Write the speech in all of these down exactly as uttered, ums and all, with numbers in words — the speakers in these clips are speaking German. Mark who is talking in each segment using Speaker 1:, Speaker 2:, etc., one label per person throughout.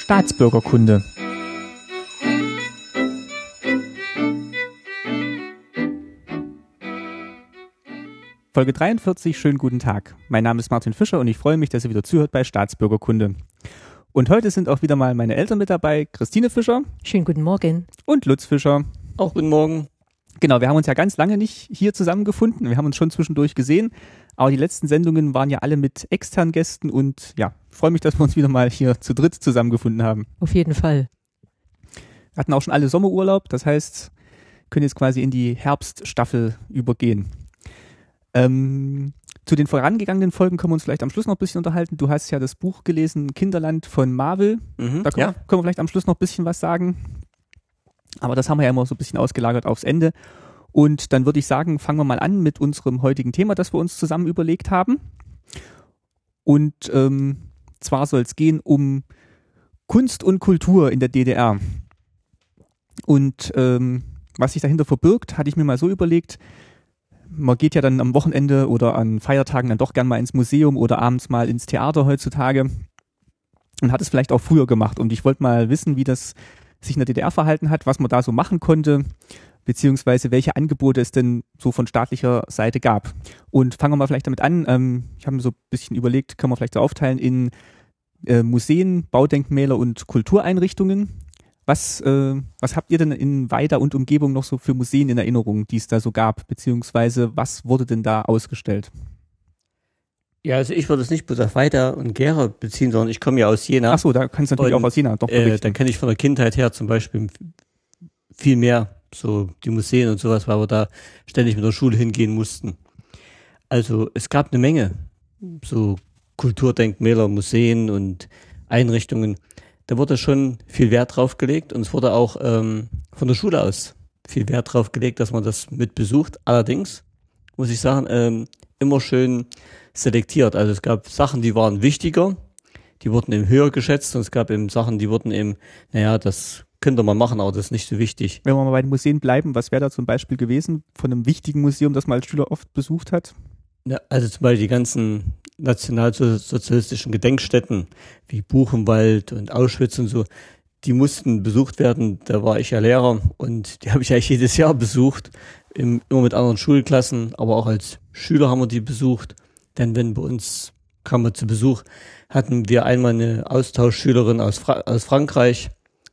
Speaker 1: Staatsbürgerkunde. Folge dreiundvierzig, schönen guten Tag. Mein Name ist Martin Fischer und ich freue mich, dass ihr wieder zuhört bei Staatsbürgerkunde. Und heute sind auch wieder mal meine Eltern mit dabei, Christine Fischer.
Speaker 2: Schönen guten Morgen.
Speaker 1: Und Lutz Fischer.
Speaker 3: Auch guten Morgen.
Speaker 1: Genau, wir haben uns ja ganz lange nicht hier zusammengefunden. Wir haben uns schon zwischendurch gesehen, aber die letzten Sendungen waren ja alle mit externen Gästen und ja, ich freue mich, dass wir uns wieder mal hier zu dritt zusammengefunden haben.
Speaker 2: Auf jeden Fall.
Speaker 1: Wir hatten auch schon alle Sommerurlaub, das heißt, können jetzt quasi in die Herbststaffel übergehen. Ähm, zu den vorangegangenen Folgen können wir uns vielleicht am Schluss noch ein bisschen unterhalten. Du hast ja das Buch gelesen, Kinderland von Marvel.
Speaker 3: Mhm,
Speaker 1: da können,
Speaker 3: ja.
Speaker 1: wir, können wir vielleicht am Schluss noch ein bisschen was sagen. Aber das haben wir ja immer so ein bisschen ausgelagert aufs Ende. Und dann würde ich sagen, fangen wir mal an mit unserem heutigen Thema, das wir uns zusammen überlegt haben. Und ähm, zwar soll es gehen um Kunst und Kultur in der D D R. Und ähm, was sich dahinter verbirgt, hatte ich mir mal so überlegt, man geht ja dann am Wochenende oder an Feiertagen dann doch gern mal ins Museum oder abends mal ins Theater heutzutage und hat es vielleicht auch früher gemacht. Und ich wollte mal wissen, wie das sich in der D D R verhalten hat, was man da so machen konnte, beziehungsweise welche Angebote es denn so von staatlicher Seite gab. Und fangen wir mal vielleicht damit an. Ähm, ich habe mir so ein bisschen überlegt, kann man vielleicht so aufteilen in äh, Museen, Baudenkmäler und Kultureinrichtungen. Was, äh, was habt ihr denn in Weida und Umgebung noch so für Museen in Erinnerung, die es da so gab, beziehungsweise was wurde denn da ausgestellt?
Speaker 3: Ja, also ich würde es nicht bloß auf Weida und Gera beziehen, sondern ich komme ja aus Jena.
Speaker 1: Ach so, da kannst du natürlich
Speaker 3: und,
Speaker 1: auch aus Jena doch berichten.
Speaker 3: Äh, dann kenne ich von der Kindheit her zum Beispiel viel mehr so die Museen und sowas, weil wir da ständig mit der Schule hingehen mussten. Also es gab eine Menge so Kulturdenkmäler, Museen und Einrichtungen. Da wurde schon viel Wert drauf gelegt und es wurde auch ähm, von der Schule aus viel Wert drauf gelegt, dass man das mit besucht. Allerdings muss ich sagen, ähm, immer schön selektiert. Also es gab Sachen, die waren wichtiger, die wurden eben höher geschätzt und es gab eben Sachen, die wurden eben, naja, das könnte man machen, aber das ist nicht so wichtig.
Speaker 1: Wenn wir mal bei den Museen bleiben, was wäre da zum Beispiel gewesen von einem wichtigen Museum, das man als Schüler oft besucht hat?
Speaker 3: Ja, also zum Beispiel die ganzen nationalsozialistischen Gedenkstätten wie Buchenwald und Auschwitz und so, die mussten besucht werden. Da war ich ja Lehrer und die habe ich eigentlich jedes Jahr besucht, im, immer mit anderen Schulklassen, aber auch als Schüler haben wir die besucht. Denn wenn bei uns kam man zu Besuch, hatten wir einmal eine Austauschschülerin aus, Fra- aus Frankreich,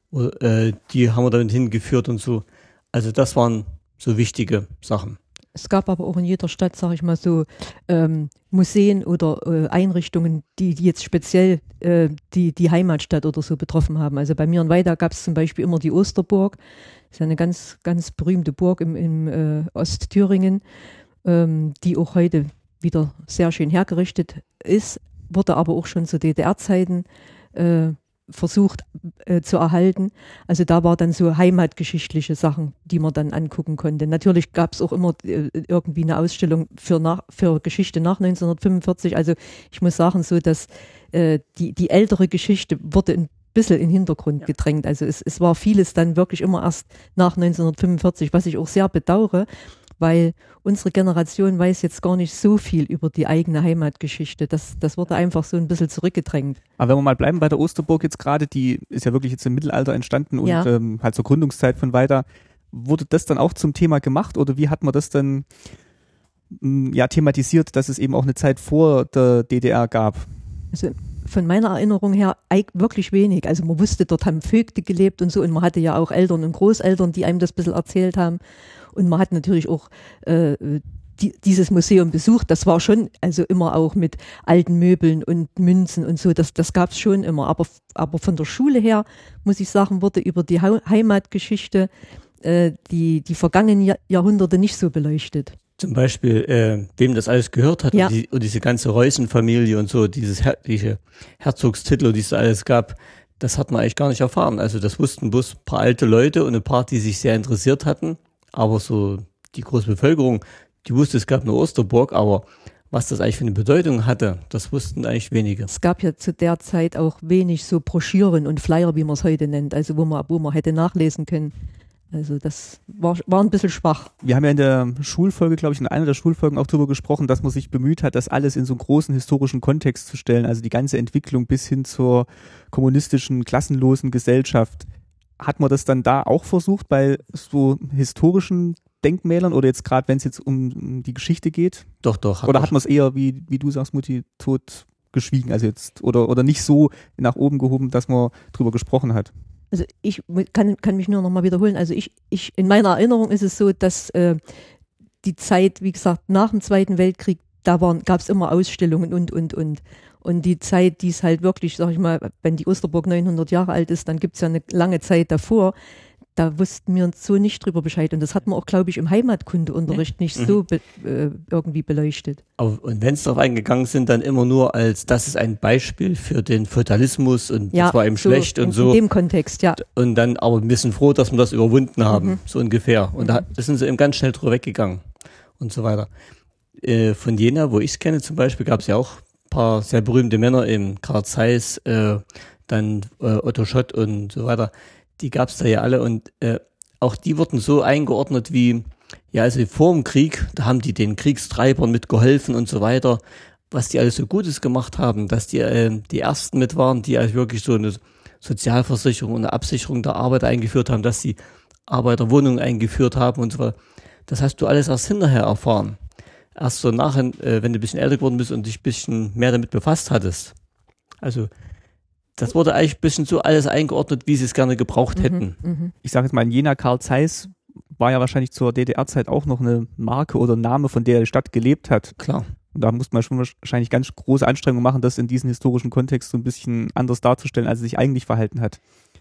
Speaker 3: äh, die haben wir damit hingeführt und so. Also das waren so wichtige Sachen.
Speaker 2: Es gab aber auch in jeder Stadt, sage ich mal so, ähm, Museen oder äh, Einrichtungen, die, die jetzt speziell äh, die, die Heimatstadt oder so betroffen haben. Also bei mir in Weida gab es zum Beispiel immer die Osterburg. Das ist eine ganz, ganz berühmte Burg im, im äh, Ostthüringen, ähm, die auch heute wieder sehr schön hergerichtet ist, wurde aber auch schon zu D D R-Zeiten äh, versucht äh, zu erhalten. Also da war dann so heimatgeschichtliche Sachen, die man dann angucken konnte. Natürlich gab es auch immer äh, irgendwie eine Ausstellung für, nach, für Geschichte nach neunzehnhundertfünfundvierzig. Also ich muss sagen, so dass äh, die, die ältere Geschichte wurde ein bisschen in den Hintergrund ja. gedrängt. Also es, es war vieles dann wirklich immer erst nach neunzehnhundertfünfundvierzig, was ich auch sehr bedauere, weil unsere Generation weiß jetzt gar nicht so viel über die eigene Heimatgeschichte. Das, das wurde einfach so ein bisschen zurückgedrängt.
Speaker 1: Aber wenn wir mal bleiben bei der Osterburg jetzt gerade, die ist ja wirklich jetzt im Mittelalter entstanden und
Speaker 2: ja.
Speaker 1: ähm, halt zur Gründungszeit von Weida. Wurde das dann auch zum Thema gemacht oder wie hat man das dann m, ja, thematisiert, dass es eben auch eine Zeit vor der D D R gab?
Speaker 2: Also von meiner Erinnerung her wirklich wenig. Also man wusste, dort haben Vögte gelebt und so und man hatte ja auch Eltern und Großeltern, die einem das ein bisschen erzählt haben. Und man hat natürlich auch äh, die, dieses Museum besucht. Das war schon also immer auch mit alten Möbeln und Münzen und so. Das, das gab es schon immer. Aber, aber von der Schule her, muss ich sagen, wurde über die Heimatgeschichte äh, die, die vergangenen Jahr, Jahrhunderte nicht so beleuchtet.
Speaker 3: Zum Beispiel, äh, wem das alles gehört hat
Speaker 2: ja.
Speaker 3: und, die, und diese ganze Reußen-Familie und so, dieses Her- diese Herzogstitel, die es alles gab, das hat man eigentlich gar nicht erfahren. Also das wussten bloß ein paar alte Leute und ein paar, die sich sehr interessiert hatten. Aber so die große Bevölkerung, die wusste, es gab eine Osterburg, aber was das eigentlich für eine Bedeutung hatte, das wussten eigentlich wenige.
Speaker 2: Es gab ja zu der Zeit auch wenig so Broschüren und Flyer, wie man es heute nennt, also wo man, wo man hätte nachlesen können. Also das war, war ein bisschen schwach.
Speaker 1: Wir haben ja in der Schulfolge, glaube ich, in einer der Schulfolgen auch darüber gesprochen, dass man sich bemüht hat, das alles in so einen großen historischen Kontext zu stellen, also die ganze Entwicklung bis hin zur kommunistischen, klassenlosen Gesellschaft. Hat man das dann da auch versucht bei so historischen Denkmälern oder jetzt gerade, wenn es jetzt um die Geschichte geht?
Speaker 3: Doch, doch.
Speaker 1: Hat oder hat man es eher, wie, wie du sagst, Mutti, tot geschwiegen, also jetzt, oder, oder nicht so nach oben gehoben, dass man drüber gesprochen hat?
Speaker 2: Also ich kann, kann mich nur noch mal wiederholen. Also ich, ich, in meiner Erinnerung ist es so, dass äh, die Zeit, wie gesagt, nach dem Zweiten Weltkrieg, da gab es immer Ausstellungen und, und, und. Und die Zeit, die es halt wirklich, sag ich mal, wenn die Osterburg neunhundert Jahre alt ist, dann gibt es ja eine lange Zeit davor. Da wussten wir so nicht drüber Bescheid. Und das hat man auch, glaube ich, im Heimatkundeunterricht nicht mhm. so be, äh, irgendwie beleuchtet.
Speaker 3: Aber, und wenn es darauf eingegangen sind, dann immer nur als, das ist ein Beispiel für den Feudalismus und ja, das war eben so schlecht und
Speaker 2: in,
Speaker 3: so.
Speaker 2: In dem Kontext, ja.
Speaker 3: Und dann aber ein bisschen froh, dass wir das überwunden haben, mhm. so ungefähr. Und
Speaker 2: mhm.
Speaker 3: da sind sie eben ganz schnell drüber weggegangen und so weiter. Äh, von Jena, wo ich es kenne zum Beispiel, gab es ja auch ein paar sehr berühmte Männer, eben Karl Zeiss, äh, dann äh, Otto Schott und so weiter. Die gab es da ja alle und äh, auch die wurden so eingeordnet wie, ja, also vor dem Krieg, da haben die den Kriegstreibern mitgeholfen und so weiter, was die alles so Gutes gemacht haben, dass die äh, die Ersten mit waren, die also wirklich so eine Sozialversicherung und eine Absicherung der Arbeiter eingeführt haben, dass die Arbeiterwohnungen eingeführt haben und so weiter. Das hast du alles erst hinterher erfahren. Erst so nachher, äh, wenn du ein bisschen älter geworden bist und dich ein bisschen mehr damit befasst hattest. Also das wurde eigentlich ein bisschen so alles eingeordnet, wie sie es gerne gebraucht hätten.
Speaker 2: Mhm, mh.
Speaker 1: Ich sage jetzt mal, in Jena, Karl Zeiss war ja wahrscheinlich zur D D R-Zeit auch noch eine Marke oder Name, von der die Stadt gelebt hat.
Speaker 3: Klar.
Speaker 1: Und da musste man schon wahrscheinlich ganz große Anstrengungen machen, das in diesem historischen Kontext so ein bisschen anders darzustellen, als es sich eigentlich verhalten hat.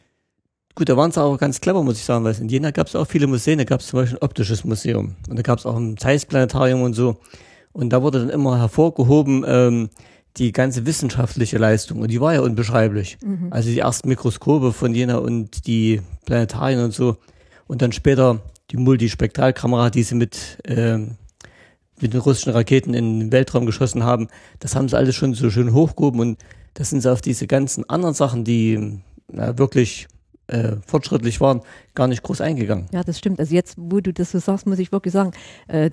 Speaker 3: Gut, da waren sie auch ganz clever, muss ich sagen, weil in Jena gab es auch viele Museen, da gab es zum Beispiel ein optisches Museum und da gab es auch ein Zeiss-Planetarium und so. Und da wurde dann immer hervorgehoben, ähm, die ganze wissenschaftliche Leistung und die war ja unbeschreiblich. Mhm. Also die ersten Mikroskope von Jena und die Planetarien und so und dann später die Multispektralkamera, die sie mit, ähm, mit den russischen Raketen in den Weltraum geschossen haben, das haben sie alles schon so schön hochgehoben und das sind sie auf diese ganzen anderen Sachen, die na, wirklich äh, fortschrittlich waren, gar nicht groß eingegangen.
Speaker 2: Ja, das stimmt. Also jetzt, wo du das so sagst, muss ich wirklich sagen, äh,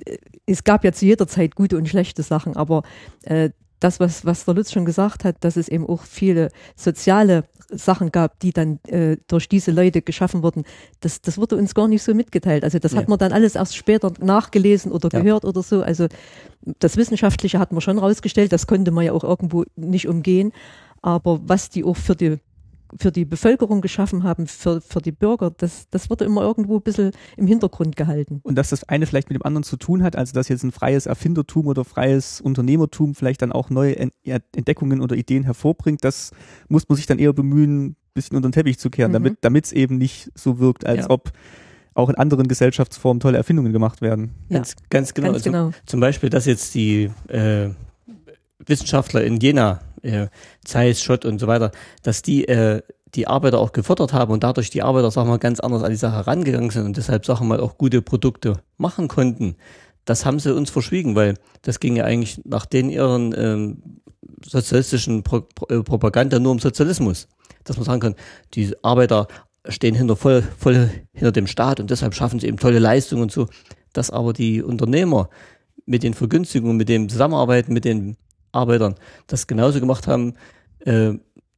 Speaker 2: es gab ja zu jeder Zeit gute und schlechte Sachen, aber äh, das, was, was der Lutz schon gesagt hat, dass es eben auch viele soziale Sachen gab, die dann äh, durch diese Leute geschaffen wurden, das, das wurde uns gar nicht so mitgeteilt. Also das ja. hat man dann alles erst später nachgelesen oder ja. gehört oder so. Also das Wissenschaftliche hat man schon rausgestellt, das konnte man ja auch irgendwo nicht umgehen. Aber was die auch für die für die Bevölkerung geschaffen haben, für, für die Bürger, das, das wurde immer irgendwo ein bisschen im Hintergrund gehalten.
Speaker 1: Und dass das eine vielleicht mit dem anderen zu tun hat, also dass jetzt ein freies Erfindertum oder freies Unternehmertum vielleicht dann auch neue Entdeckungen oder Ideen hervorbringt, das muss man sich dann eher bemühen, ein bisschen unter den Teppich zu kehren, mhm. damit es eben nicht so wirkt, als ja. ob auch in anderen Gesellschaftsformen tolle Erfindungen gemacht werden.
Speaker 3: Ja. Ganz, ganz genau.
Speaker 2: Ganz genau.
Speaker 3: Zum, zum Beispiel, dass jetzt die äh, Wissenschaftler in Jena, äh, Zeiss, Schott und so weiter, dass die äh, die Arbeiter auch gefördert haben und dadurch die Arbeiter, sagen wir mal, ganz anders an die Sache rangegangen sind und deshalb, sagen wir mal, auch gute Produkte machen konnten. Das haben sie uns verschwiegen, weil das ging ja eigentlich nach den ihren ähm, sozialistischen Pro Pro Propaganda nur um Sozialismus. Dass man sagen kann, die Arbeiter stehen hinter voll, voll hinter dem Staat und deshalb schaffen sie eben tolle Leistungen und so. Dass aber die Unternehmer mit den Vergünstigungen, mit dem Zusammenarbeiten mit den Arbeitern das genauso gemacht haben, äh,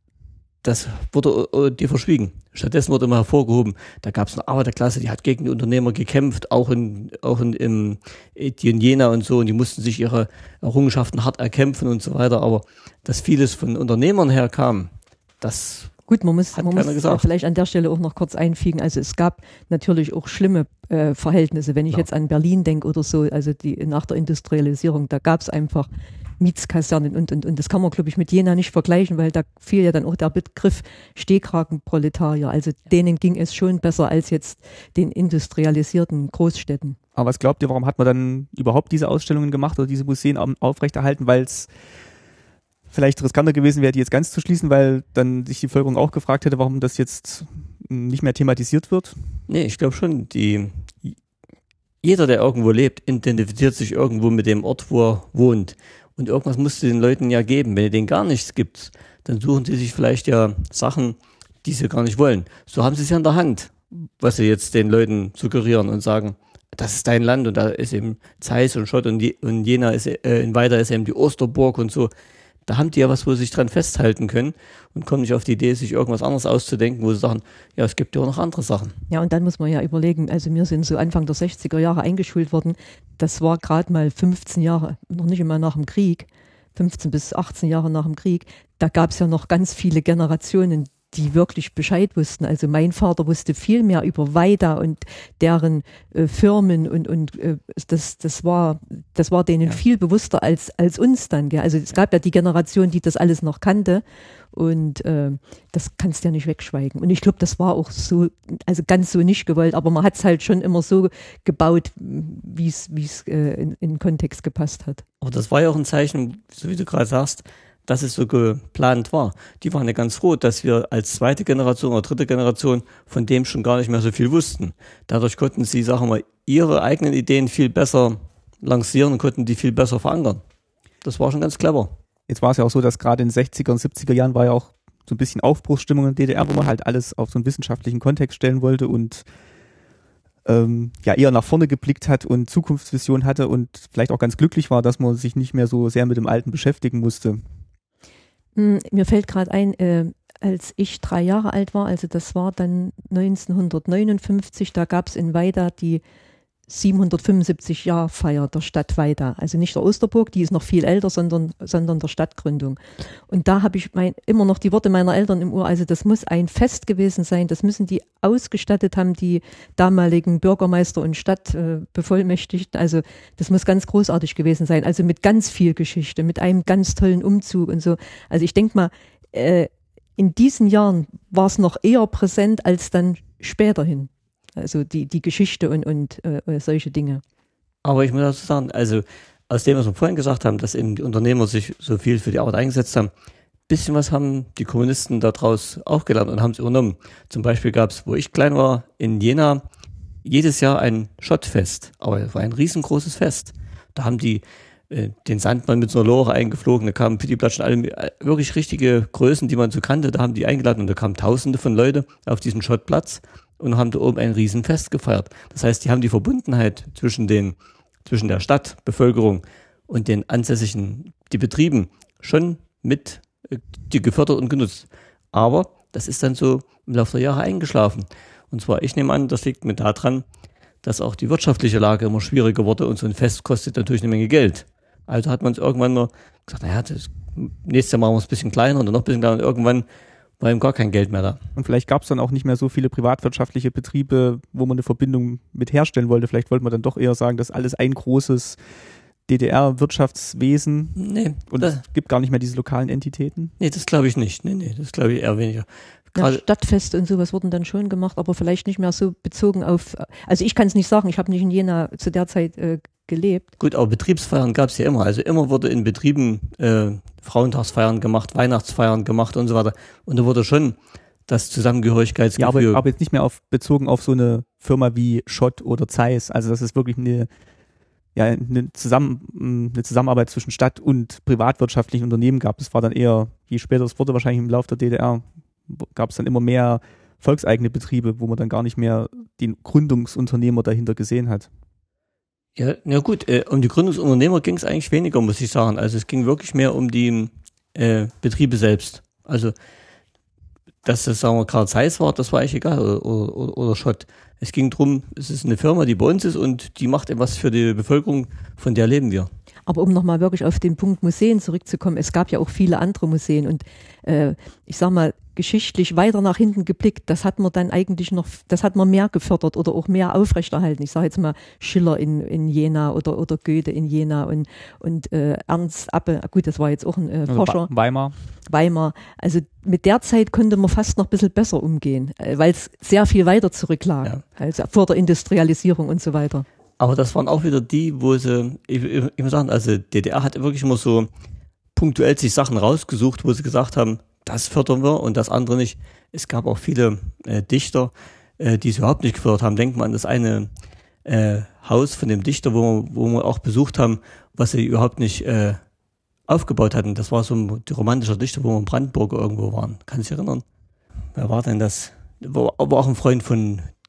Speaker 3: das wurde uh, dir verschwiegen. Stattdessen wurde immer hervorgehoben, da gab es eine Arbeiterklasse, die hat gegen die Unternehmer gekämpft, auch in, auch in, in, in Jena und so, und die mussten sich ihre Errungenschaften hart erkämpfen und so weiter, aber dass vieles von Unternehmern herkam, das
Speaker 2: Gut, man muss,
Speaker 3: hat
Speaker 2: man muss
Speaker 3: gesagt.
Speaker 2: vielleicht an der Stelle auch noch kurz einfügen, also es gab natürlich auch schlimme äh, Verhältnisse, wenn ich ja. jetzt an Berlin denke oder so, also die nach der Industrialisierung, da gab es einfach Mietskasernen und, und, und das kann man, glaube ich, mit Jena nicht vergleichen, weil da fiel ja dann auch der Begriff Stehkragenproletarier. Also denen ging es schon besser als jetzt den industrialisierten Großstädten.
Speaker 1: Aber was glaubt ihr, warum hat man dann überhaupt diese Ausstellungen gemacht oder diese Museen aufrechterhalten? Weil es vielleicht riskanter gewesen wäre, die jetzt ganz zu schließen, weil dann sich die Bevölkerung auch gefragt hätte, warum das jetzt nicht mehr thematisiert wird?
Speaker 3: Nee, ich glaube schon, die jeder, der irgendwo lebt, identifiziert sich irgendwo mit dem Ort, wo er wohnt. Und irgendwas musst du den Leuten ja geben. Wenn es denen gar nichts gibt, dann suchen sie sich vielleicht ja Sachen, die sie gar nicht wollen. So haben sie es ja in der Hand. was sie jetzt den Leuten suggerieren und sagen, das ist dein Land und da ist eben Zeiss und Schott und, Je, und Jena ist, äh, in Weida ist eben die Osterburg und so. Da haben die ja was, wo sie sich dran festhalten können und kommen nicht auf die Idee, sich irgendwas anderes auszudenken, wo sie sagen, ja, es gibt ja auch noch andere Sachen.
Speaker 2: Ja, und dann muss man ja überlegen, also wir sind so Anfang der sechziger Jahre eingeschult worden, das war gerade mal fünfzehn Jahre, noch nicht einmal nach dem Krieg, fünfzehn bis achtzehn Jahre nach dem Krieg, da gab es ja noch ganz viele Generationen, die wirklich Bescheid wussten. Also mein Vater wusste viel mehr über Weida und deren äh, Firmen und, und äh, das, das, war, das war denen ja. viel bewusster als, als uns dann. Gell? Also es gab ja die Generation, die das alles noch kannte und äh, das kannst du ja nicht wegschweigen. Und ich glaube, das war auch so, also ganz so nicht gewollt, aber man hat es halt schon immer so gebaut, wie es äh, in, in den Kontext gepasst hat.
Speaker 3: Aber das war ja auch ein Zeichen, so wie du gerade sagst, dass es so geplant war. Die waren ja ganz froh, dass wir als zweite Generation oder dritte Generation von dem schon gar nicht mehr so viel wussten. Dadurch konnten sie, sagen wir, ihre eigenen Ideen viel besser lancieren und konnten die viel besser verankern. Das war schon ganz clever.
Speaker 1: Jetzt war es ja auch so, dass gerade in den sechziger und siebziger Jahren war ja auch so ein bisschen Aufbruchsstimmung in der D D R, wo man halt alles auf so einen wissenschaftlichen Kontext stellen wollte und ähm, ja eher nach vorne geblickt hat und Zukunftsvision hatte und vielleicht auch ganz glücklich war, dass man sich nicht mehr so sehr mit dem Alten beschäftigen musste.
Speaker 2: Mir fällt gerade ein, äh, als ich drei Jahre alt war, also das war dann neunzehnhundertneunundfünfzig, da gab es in Weida die siebenhundertfünfundsiebzig Jahr Feier der Stadt Weida. Also nicht der Osterburg, die ist noch viel älter, sondern, sondern der Stadtgründung. Und da habe ich mein, immer noch die Worte meiner Eltern im Ohr, also das muss ein Fest gewesen sein, das müssen die ausgestattet haben, die damaligen Bürgermeister und Stadtbevollmächtigten. Äh, also das muss ganz großartig gewesen sein, also mit ganz viel Geschichte, mit einem ganz tollen Umzug und so. Also ich denke mal, äh, in diesen Jahren war es noch eher präsent als dann späterhin. Also die, die Geschichte und, und äh, solche Dinge.
Speaker 3: Aber ich muss dazu sagen, also aus dem, was wir vorhin gesagt haben, dass eben die Unternehmer sich so viel für die Arbeit eingesetzt haben, bisschen was haben die Kommunisten daraus auch gelernt und haben es übernommen. Zum Beispiel gab es, wo ich klein war, in Jena jedes Jahr ein Schottfest, aber es war ein riesengroßes Fest. Da haben die äh, den Sandmann mit so einer Lore eingeflogen, da kamen Pittiplatsch und alle wirklich richtige Größen, die man so kannte, da haben die eingeladen und da kamen Tausende von Leuten auf diesen Schottplatz und haben da oben ein Riesenfest gefeiert. Das heißt, die haben die Verbundenheit zwischen den, zwischen der Stadtbevölkerung und den ansässigen, die Betrieben schon mit die gefördert und genutzt. Aber das ist dann so im Laufe der Jahre eingeschlafen. Und zwar, ich nehme an, das liegt mir daran, dass auch die wirtschaftliche Lage immer schwieriger wurde und so ein Fest kostet natürlich eine Menge Geld. Also hat man es irgendwann mal gesagt, naja, das, nächstes Jahr machen wir es ein bisschen kleiner und dann noch ein bisschen kleiner und irgendwann war eben gar kein Geld mehr da.
Speaker 1: Und vielleicht gab es dann auch nicht mehr so viele privatwirtschaftliche Betriebe, wo man eine Verbindung mit herstellen wollte. Vielleicht wollte man dann doch eher sagen, dass alles ein großes D D R-Wirtschaftswesen
Speaker 3: nee,
Speaker 1: und es gibt gar nicht mehr diese lokalen Entitäten?
Speaker 3: Nee, das glaube ich nicht. Nee, nee, das glaube ich eher weniger.
Speaker 2: Ja, Stadtfeste und sowas wurden dann schon gemacht, aber vielleicht nicht mehr so bezogen auf, also ich kann es nicht sagen, ich habe nicht in Jena zu der Zeit äh, gelebt.
Speaker 3: Gut, aber Betriebsfeiern gab es ja immer. Also immer wurde in Betrieben äh, Frauentagsfeiern gemacht, Weihnachtsfeiern gemacht und so weiter. Und da wurde schon das Zusammengehörigkeitsgefühl.
Speaker 1: Ja, aber, aber jetzt nicht mehr auf, bezogen auf so eine Firma wie Schott oder Zeiss. Also das ist wirklich eine, ja, eine, Zusammen, eine Zusammenarbeit zwischen Stadt und privatwirtschaftlichen Unternehmen gab. Es war dann eher, je später es wurde, wahrscheinlich im Laufe der D D R, gab es dann immer mehr volkseigene Betriebe, wo man dann gar nicht mehr den Gründungsunternehmer dahinter gesehen hat.
Speaker 3: Ja, na gut, äh, um die Gründungsunternehmer ging es eigentlich weniger, muss ich sagen. Also es ging wirklich mehr um die äh, Betriebe selbst. Also, dass das, sagen wir, Karl Zeiss war, das war eigentlich egal, oder, oder, oder Schott. Es ging darum, es ist eine Firma, die bei uns ist und die macht etwas für die Bevölkerung, von der leben wir.
Speaker 2: Aber um nochmal wirklich auf den Punkt Museen zurückzukommen, es gab ja auch viele andere Museen und äh, ich sag mal, geschichtlich weiter nach hinten geblickt, das hat man dann eigentlich noch, das hat man mehr gefördert oder auch mehr aufrechterhalten. Ich sage jetzt mal Schiller in, in Jena oder, oder Goethe in Jena und, und äh, Ernst Abbe, gut, das war jetzt auch ein äh, Forscher.
Speaker 1: Also Weimar.
Speaker 2: Weimar. Also mit der Zeit konnte man fast noch ein bisschen besser umgehen, äh, weil es sehr viel weiter zurücklag, ja. Also vor der Industrialisierung und so weiter.
Speaker 3: Aber das waren auch wieder die, wo sie, ich, ich, ich muss sagen, also D D R hat wirklich immer so punktuell sich Sachen rausgesucht, wo sie gesagt haben, das fördern wir und das andere nicht. Es gab auch viele äh, Dichter, äh, die es überhaupt nicht gefördert haben. Denkt man an das eine äh, Haus von dem Dichter, wo wir, wo wir auch besucht haben, was sie überhaupt nicht äh, aufgebaut hatten. Das war so ein romantischer Dichter, wo wir in Brandenburg irgendwo waren. Kann sich erinnern? Wer war denn das? War aber auch ein Freund von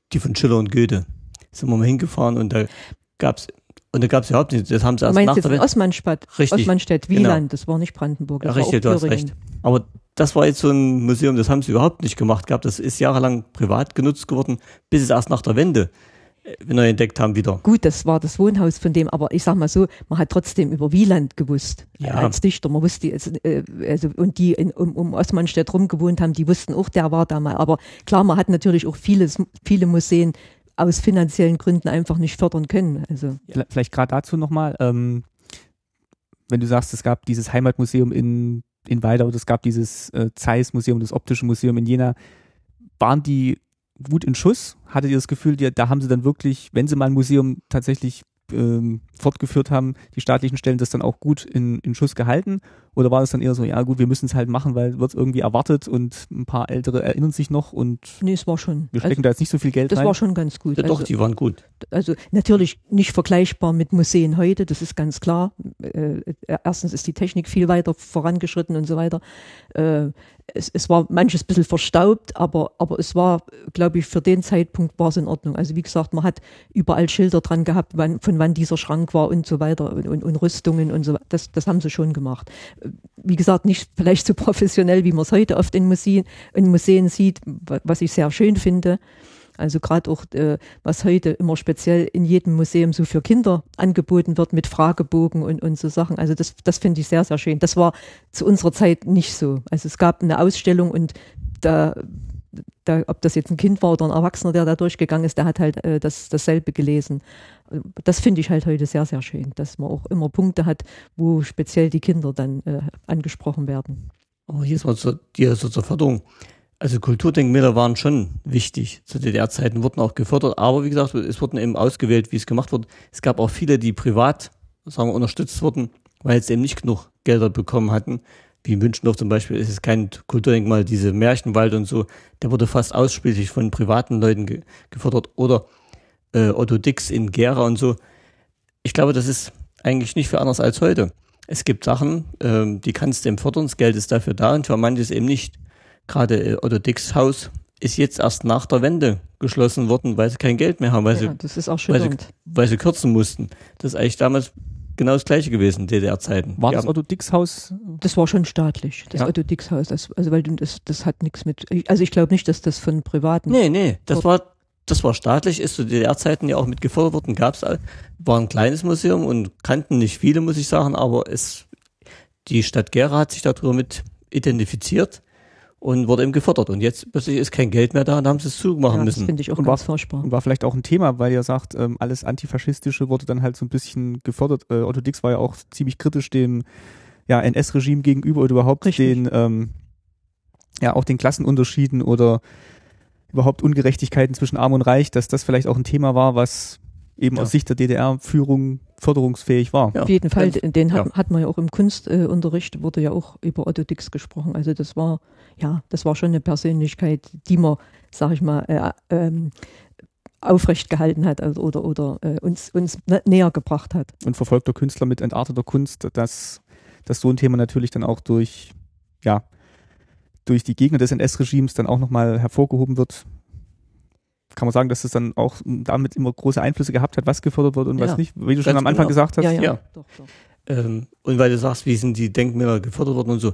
Speaker 3: die von Schiller und Goethe. Sind wir mal hingefahren und da gab's und da gab's überhaupt nicht, das haben sie
Speaker 2: Du
Speaker 3: erst
Speaker 2: meinst
Speaker 3: nach
Speaker 2: jetzt
Speaker 3: der
Speaker 2: in
Speaker 3: Wende.
Speaker 2: Osmanstadt,
Speaker 3: Richtig,
Speaker 2: Osmanstedt,
Speaker 3: genau.
Speaker 2: Wieland, das war nicht Brandenburg, das
Speaker 3: Ja, richtig, du
Speaker 2: war auch
Speaker 3: hast
Speaker 2: Thüringen.
Speaker 3: recht. Aber das war jetzt so ein Museum, das haben sie überhaupt nicht gemacht gehabt. Das ist jahrelang privat genutzt geworden, bis es erst nach der Wende äh, neu entdeckt haben wieder.
Speaker 2: Gut, das war das Wohnhaus von dem, aber ich sag mal so, man hat trotzdem über Wieland gewusst,
Speaker 3: Ja.
Speaker 2: äh, als Dichter, man wusste, also, äh, also und die in, um, um Osmanstedt rum gewohnt haben, die wussten auch, der war da mal, aber klar, man hat natürlich auch vieles, viele Museen aus finanziellen Gründen einfach nicht fördern können. Also
Speaker 1: Vielleicht gerade dazu nochmal, ähm, wenn du sagst, es gab dieses Heimatmuseum in, in Weida oder es gab dieses äh, Zeiss-Museum, das Optische Museum in Jena, waren die gut in Schuss? Hattet ihr das Gefühl, die, da haben sie dann wirklich, wenn sie mal ein Museum tatsächlich ähm, fortgeführt haben, die staatlichen Stellen das dann auch gut in, in Schuss gehalten? Oder war das dann eher so, ja gut, wir müssen es halt machen, weil wird es irgendwie erwartet und ein paar Ältere erinnern sich noch und
Speaker 2: nee, es war schon,
Speaker 1: wir stecken
Speaker 2: also,
Speaker 1: da jetzt nicht so viel Geld
Speaker 2: das
Speaker 1: rein?
Speaker 2: war schon ganz gut.
Speaker 3: Ja, doch,
Speaker 2: also,
Speaker 3: die waren gut.
Speaker 2: Also natürlich nicht vergleichbar mit Museen heute, das ist ganz klar. Äh, erstens ist die Technik viel weiter vorangeschritten und so weiter. Äh, es, es war manches ein bisschen verstaubt, aber, aber es war, glaube ich, für den Zeitpunkt war es in Ordnung. Also wie gesagt, man hat überall Schilder dran gehabt, wann, von wann dieser Schrank war und so weiter und, und, und Rüstungen und so weiter. Das, das haben sie schon gemacht. Wie gesagt, nicht vielleicht so professionell, wie man es heute oft in Museen, in Museen sieht, was ich sehr schön finde. Also gerade auch, äh, was heute immer speziell in jedem Museum so für Kinder angeboten wird mit Fragebogen und, und so Sachen. Also das, das finde ich sehr, sehr schön. Das war zu unserer Zeit nicht so. Also es gab eine Ausstellung und da, da ob das jetzt ein Kind war oder ein Erwachsener, der da durchgegangen ist, der hat halt äh, das, dasselbe gelesen. Das finde ich halt heute sehr, sehr schön, dass man auch immer Punkte hat, wo speziell die Kinder dann äh, angesprochen werden.
Speaker 3: Oh, hier ist mal zur, hier so zur Förderung. Also Kulturdenkmäler waren schon wichtig. Zu D D R-Zeiten wurden auch gefördert, aber wie gesagt, es wurden eben ausgewählt, wie es gemacht wurde. Es gab auch viele, die privat, sagen wir, unterstützt wurden, weil sie eben nicht genug Gelder bekommen hatten. Wie in Münchendorf zum Beispiel ist es kein Kulturdenkmal, diese Märchenwald und so, der wurde fast ausschließlich von privaten Leuten ge- gefördert. Oder äh, Otto Dix in Gera und so. Ich glaube, das ist eigentlich nicht viel anders als heute. Es gibt Sachen, ähm, die kannst du eben fördern, das Geld ist dafür da und für manches eben nicht. Gerade äh, Otto Dix Haus ist jetzt erst nach der Wende geschlossen worden, weil sie kein Geld mehr haben, weil,
Speaker 2: Ja,
Speaker 3: sie,
Speaker 2: das ist auch
Speaker 3: weil, sie,
Speaker 2: schön.
Speaker 3: weil sie kürzen mussten. Das ist eigentlich damals genau das Gleiche gewesen, D D R-Zeiten.
Speaker 1: War
Speaker 3: Die
Speaker 1: das
Speaker 3: haben-
Speaker 1: Otto Dix Haus?
Speaker 2: Das war schon staatlich, das
Speaker 3: Ja.
Speaker 2: Otto Dix Haus. Das, also weil du- das, das hat nichts mit, also ich glaube nicht, dass das von Privaten.
Speaker 3: Nee, nee, das war, das war staatlich, ist zu D D R-Zeiten ja auch mit gefördert worden, gab's, all- war ein kleines Museum und kannten nicht viele, muss ich sagen, aber es, die Stadt Gera hat sich darüber mit identifiziert und wurde eben gefördert. Und jetzt plötzlich ist kein Geld mehr da und haben sie es zumachen
Speaker 2: Ja, das
Speaker 3: müssen.
Speaker 2: finde ich auch
Speaker 1: Und
Speaker 2: ganz
Speaker 1: war-
Speaker 2: furchtbar.
Speaker 1: Und war vielleicht auch ein Thema, weil ihr sagt, ähm, alles Antifaschistische wurde dann halt so ein bisschen gefördert. Äh, Otto Dix war ja auch ziemlich kritisch dem ja, N S-Regime gegenüber oder überhaupt
Speaker 2: Richtig.
Speaker 1: den, ähm, ja, auch den Klassenunterschieden oder überhaupt Ungerechtigkeiten zwischen Arm und Reich, dass das vielleicht auch ein Thema war, was eben
Speaker 3: Ja.
Speaker 1: aus Sicht der D D R-Führung förderungsfähig war.
Speaker 3: Ja.
Speaker 2: Auf jeden Fall,
Speaker 3: Ganz-
Speaker 2: den hat,
Speaker 3: ja.
Speaker 2: hat man ja auch im Kunstunterricht, wurde ja auch über Otto Dix gesprochen. Also das war, ja, das war schon eine Persönlichkeit, die man, sag ich mal, äh, ähm, aufrecht gehalten hat also, oder, oder äh, uns, uns nä- näher gebracht hat.
Speaker 1: Und verfolgter Künstler mit entarteter Kunst, dass, dass so ein Thema natürlich dann auch durch, ja, durch die Gegner des N S-Regimes dann auch nochmal hervorgehoben wird. Kann man sagen, dass es dann auch damit immer große Einflüsse gehabt hat, was gefördert wird und
Speaker 3: Ja,
Speaker 1: was nicht, wie du schon
Speaker 3: ganz
Speaker 1: am Anfang
Speaker 3: genau.
Speaker 1: gesagt hast.
Speaker 2: Ja, ja,
Speaker 3: ja.
Speaker 2: Doch, doch.
Speaker 3: Ähm, und weil du sagst, wie sind die Denkmäler gefördert worden und so.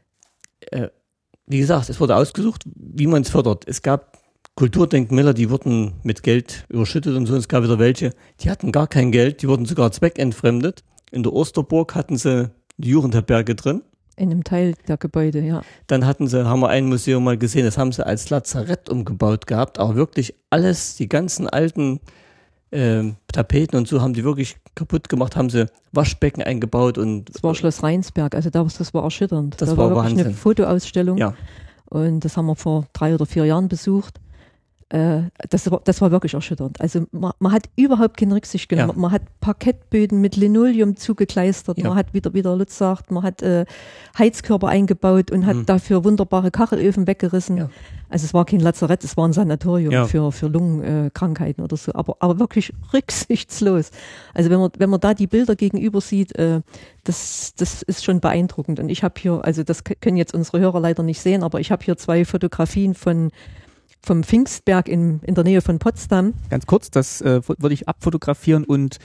Speaker 3: Äh, wie gesagt, es wurde ausgesucht, wie man es fördert. Es gab Kulturdenkmäler, die wurden mit Geld überschüttet und so. Es gab wieder welche, die hatten gar kein Geld, die wurden sogar zweckentfremdet. In der Osterburg hatten sie die Jugendherberge drin.
Speaker 2: In einem Teil der Gebäude, ja.
Speaker 3: Dann hatten sie, haben wir ein Museum mal gesehen, das haben sie als Lazarett umgebaut gehabt, aber wirklich alles, die ganzen alten ähm, Tapeten und so haben die wirklich kaputt gemacht, haben sie Waschbecken eingebaut und
Speaker 2: Das war Schloss Rheinsberg, also das, das war erschütternd.
Speaker 3: Das
Speaker 2: da
Speaker 3: war
Speaker 2: war wirklich
Speaker 3: Wahnsinn.
Speaker 2: eine Fotoausstellung
Speaker 3: ja,
Speaker 2: und das haben wir vor drei oder vier Jahren besucht. Äh, das, war, das war wirklich erschütternd. Also man, man hat überhaupt keine Rücksicht genommen.
Speaker 3: Ja.
Speaker 2: Man hat Parkettböden mit Linoleum zugekleistert.
Speaker 3: Ja.
Speaker 2: Man hat, wieder, wie der Lutz sagt, man hat äh, Heizkörper eingebaut und hat
Speaker 3: Mhm.
Speaker 2: dafür wunderbare Kachelöfen weggerissen.
Speaker 3: Ja.
Speaker 2: Also es war kein Lazarett, es war ein Sanatorium
Speaker 3: Ja.
Speaker 2: für, für Lungenkrankheiten oder so. Aber, aber wirklich rücksichtslos. Also wenn man, wenn man da die Bilder gegenüber sieht, äh, das, das ist schon beeindruckend. Und ich habe hier, also das k- können jetzt unsere Hörer leider nicht sehen, aber ich habe hier zwei Fotografien von vom Pfingstberg in, in der Nähe von Potsdam.
Speaker 1: Ganz kurz, das äh, würde ich abfotografieren und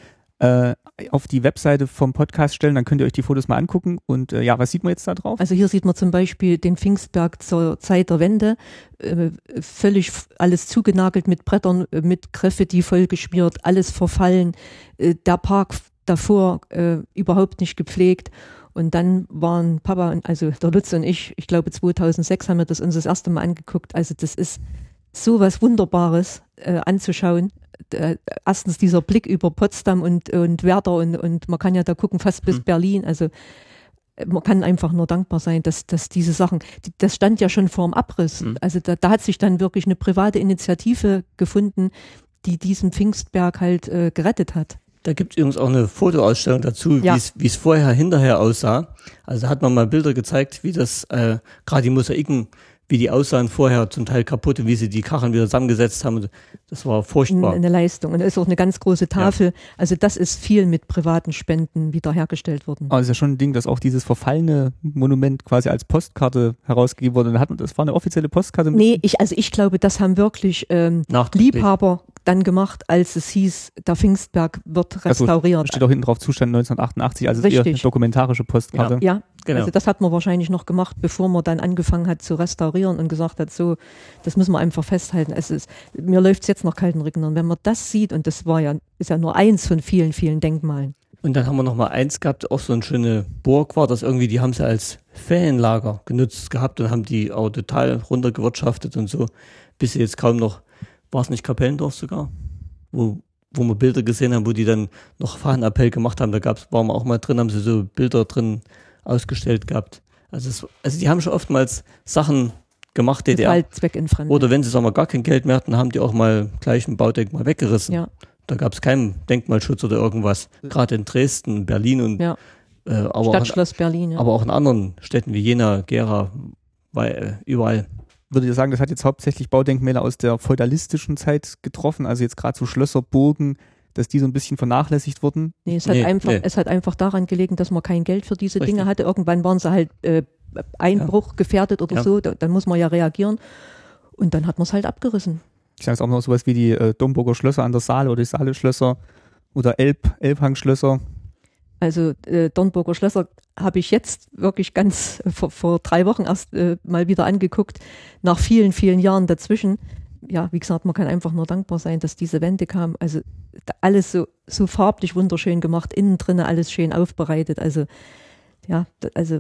Speaker 1: äh, auf die Webseite vom Podcast stellen, dann könnt ihr euch die Fotos mal angucken. Und äh, ja, was sieht man jetzt da drauf?
Speaker 2: Also hier sieht man zum Beispiel den Pfingstberg zur Zeit der Wende, äh, völlig f- alles zugenagelt mit Brettern, äh, mit Graffiti vollgeschmiert, alles verfallen, äh, der Park f- davor äh, überhaupt nicht gepflegt. Und dann waren Papa, und also der Lutz und ich, ich glaube zweitausendsechs haben wir das uns das erste Mal angeguckt. Also das ist so was Wunderbares äh, anzuschauen. Äh, erstens dieser Blick über Potsdam und, und Werder und, und man kann ja da gucken fast bis
Speaker 3: Mhm.
Speaker 2: Berlin. Also äh, man kann einfach nur dankbar sein, dass, dass diese Sachen, die, das stand ja schon vor dem Abriss.
Speaker 3: Mhm.
Speaker 2: Also da, da hat sich dann wirklich eine private Initiative gefunden, die diesen Pfingstberg halt äh, gerettet hat.
Speaker 3: Da gibt es übrigens auch eine Fotoausstellung dazu,
Speaker 2: Ja.
Speaker 3: wie es wie es vorher, hinterher aussah. Also da hat man mal Bilder gezeigt, wie das, äh, gerade die Mosaiken, wie die aussahen vorher, zum Teil kaputt und wie sie die Kacheln wieder zusammengesetzt haben. Das war furchtbar.
Speaker 2: Eine Leistung. Und da ist auch eine ganz große Tafel. Also das ist viel mit privaten Spenden wiederhergestellt worden.
Speaker 1: Aber es ist ja schon ein Ding, dass auch dieses verfallene Monument quasi als Postkarte herausgegeben wurde. Und hat man, das war eine offizielle Postkarte. mit-
Speaker 2: Nee, ich, also ich glaube, das haben wirklich ähm,
Speaker 3: Nachträglich.
Speaker 2: Liebhaber dann gemacht, als es hieß, der Pfingstberg wird
Speaker 1: Also,
Speaker 2: restauriert.
Speaker 1: steht auch hinten drauf Zustand neunzehnhundertachtundachtzig, also es ist eher eine
Speaker 2: Richtig.
Speaker 1: dokumentarische Postkarte.
Speaker 2: Ja,
Speaker 3: Genau.
Speaker 2: also das hat man wahrscheinlich noch gemacht, bevor man dann angefangen hat zu restaurieren und gesagt hat, so, das müssen wir einfach festhalten. Es ist, mir läuft es jetzt noch kalten Rücken. Und wenn man das sieht, und das war ja, ist ja nur eins von vielen, vielen Denkmalen.
Speaker 3: Und dann haben wir noch mal eins gehabt, auch so eine schöne Burg war das irgendwie, die haben sie als Ferienlager genutzt gehabt und haben die auch total runtergewirtschaftet und so, bis sie jetzt kaum noch, war es nicht Kapellendorf sogar, wo, wo wir Bilder gesehen haben, wo die dann noch Fahnenappell gemacht haben, da gab's, waren wir auch mal drin, haben sie so Bilder drin ausgestellt gehabt. Also, es, also die haben schon oftmals Sachen gemacht, D D R.
Speaker 2: Total zweckentfremdet.
Speaker 3: Oder wenn sie sagen wir, gar kein Geld mehr hatten, haben die auch mal gleich ein Baudenkmal weggerissen.
Speaker 2: Ja.
Speaker 3: Da gab es keinen Denkmalschutz oder irgendwas. Gerade in Dresden, Berlin und
Speaker 2: Ja.
Speaker 3: äh, aber, auch,
Speaker 2: Stadtschloss Berlin. Ja.
Speaker 3: aber auch in anderen Städten wie Jena, Gera, weil, äh, überall.
Speaker 1: Würdet ihr sagen, das hat jetzt hauptsächlich Baudenkmäler aus der feudalistischen Zeit getroffen, also jetzt gerade so Schlösser, Burgen, dass die so ein bisschen vernachlässigt wurden?
Speaker 2: Nee, es hat,
Speaker 3: Nee,
Speaker 2: einfach,
Speaker 3: nee.
Speaker 2: es hat einfach daran gelegen, dass man kein Geld für diese
Speaker 3: Richtig.
Speaker 2: Dinge hatte. Irgendwann waren sie halt äh, Einbruch gefährdet oder
Speaker 3: Ja.
Speaker 2: so, da, dann muss man ja reagieren. Und dann hat man es halt abgerissen.
Speaker 1: Ich sage jetzt auch noch sowas wie die äh, Domburger Schlösser an der Saale oder die Saale-Schlösser oder Elb, Elbhangschlösser.
Speaker 2: Also äh, Dornburger Schlösser habe ich jetzt wirklich ganz äh, vor, vor drei Wochen erst äh, mal wieder angeguckt, nach vielen, vielen Jahren dazwischen. Ja, wie gesagt, man kann einfach nur dankbar sein, dass diese Wende kam. Also da alles so, so farblich wunderschön gemacht, innen drin alles schön aufbereitet. Also ja, da, also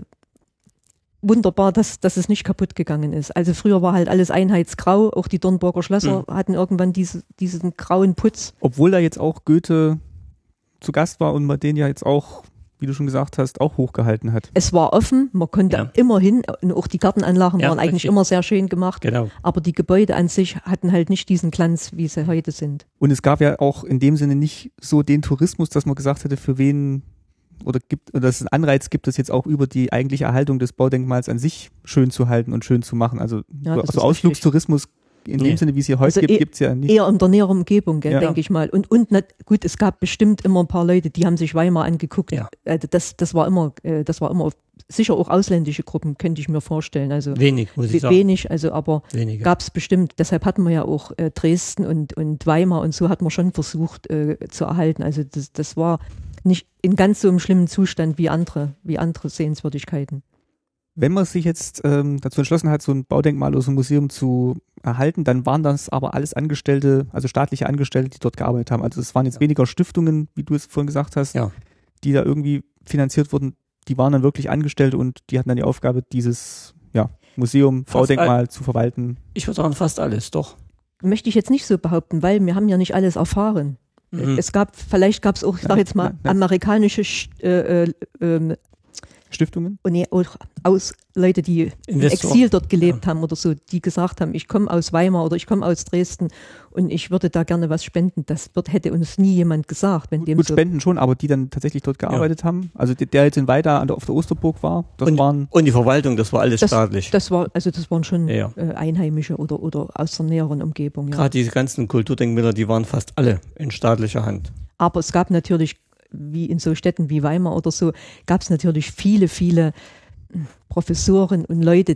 Speaker 2: wunderbar, dass, dass es nicht kaputt gegangen ist. Also früher war halt alles einheitsgrau, auch die Dornburger Schlösser
Speaker 3: Mhm.
Speaker 2: hatten irgendwann diese, diesen grauen Putz.
Speaker 1: Obwohl da jetzt auch Goethe zu Gast war und man den ja jetzt auch, wie du schon gesagt hast, auch hochgehalten hat.
Speaker 2: Es war offen, man konnte
Speaker 3: Ja.
Speaker 2: immer hin, und auch die Gartenanlagen
Speaker 3: Ja,
Speaker 2: waren eigentlich
Speaker 3: richtig.
Speaker 2: immer sehr schön gemacht,
Speaker 3: Genau.
Speaker 2: aber die Gebäude an sich hatten halt nicht diesen Glanz, wie sie heute sind.
Speaker 1: Und es gab ja auch in dem Sinne nicht so den Tourismus, dass man gesagt hätte, für wen oder gibt, oder dass es einen Anreiz gibt, das jetzt auch über die eigentliche Erhaltung des Baudenkmals an sich schön zu halten und schön zu machen. Also
Speaker 2: Ja,
Speaker 1: so,
Speaker 2: das
Speaker 1: so
Speaker 2: ist
Speaker 1: Ausflugstourismus in
Speaker 3: Nee.
Speaker 1: dem Sinne, wie es hier heute
Speaker 2: Also
Speaker 1: gibt,
Speaker 2: eh-
Speaker 1: gibt es ja nicht.
Speaker 2: Eher in der näheren Umgebung, gell,
Speaker 1: Ja.
Speaker 2: denke ich mal. Und, und nicht, gut, es gab bestimmt immer ein paar Leute, die haben sich Weimar angeguckt.
Speaker 3: Ja.
Speaker 2: Also das, das war immer, äh, das war immer sicher auch ausländische Gruppen, könnte ich mir vorstellen. Also
Speaker 3: Wenig, muss ich
Speaker 2: we-
Speaker 3: sagen.
Speaker 2: wenig, also aber
Speaker 3: Wenige.
Speaker 2: gab es bestimmt. Deshalb hatten wir ja auch äh, Dresden und, und Weimar und so hat man schon versucht äh, zu erhalten. Also das, das war nicht in ganz so einem schlimmen Zustand wie andere, wie andere Sehenswürdigkeiten.
Speaker 1: Wenn man sich jetzt ähm, dazu entschlossen hat, so ein Baudenkmal oder so ein Museum zu erhalten, dann waren das aber alles Angestellte, also staatliche Angestellte, die dort gearbeitet haben. Also es waren jetzt
Speaker 3: Ja.
Speaker 1: weniger Stiftungen, wie du es vorhin gesagt hast,
Speaker 3: Ja.
Speaker 1: die da irgendwie finanziert wurden. Die waren dann wirklich Angestellte und die hatten dann die Aufgabe, dieses ja, Museum,
Speaker 3: Fast
Speaker 1: Baudenkmal zu verwalten.
Speaker 3: Ich würde sagen, fast alles, doch.
Speaker 2: Möchte ich jetzt nicht so behaupten, weil wir haben ja nicht alles erfahren.
Speaker 3: Mhm.
Speaker 2: Es gab, vielleicht gab es auch, ich sag
Speaker 1: Ja,
Speaker 2: jetzt mal,
Speaker 1: ja, ja.
Speaker 2: amerikanische Sch- äh, äh, ähm,
Speaker 1: Stiftungen?
Speaker 2: und nee, auch aus Leute, die im
Speaker 3: Investor.
Speaker 2: Exil dort gelebt haben oder so, die gesagt haben, ich komme aus Weimar oder ich komme aus Dresden und ich würde da gerne was spenden. Das wird, hätte uns nie jemand gesagt, wenn dem
Speaker 1: Gut,
Speaker 2: so.
Speaker 1: Spenden schon, aber die dann tatsächlich dort gearbeitet haben. Also der, der jetzt in Weida an der, auf der Osterburg war, das
Speaker 3: Und,
Speaker 1: waren
Speaker 3: und die Verwaltung, das war alles
Speaker 2: Das-
Speaker 3: staatlich.
Speaker 2: Das war, also das waren schon
Speaker 3: Ja, ja.
Speaker 2: äh, Einheimische oder, oder aus der näheren Umgebung. Ja.
Speaker 3: Gerade diese ganzen Kulturdenkmäler, die waren fast alle in staatlicher Hand.
Speaker 2: Aber es gab natürlich, wie in so Städten wie Weimar oder so, gab es natürlich viele, viele Professoren und Leute,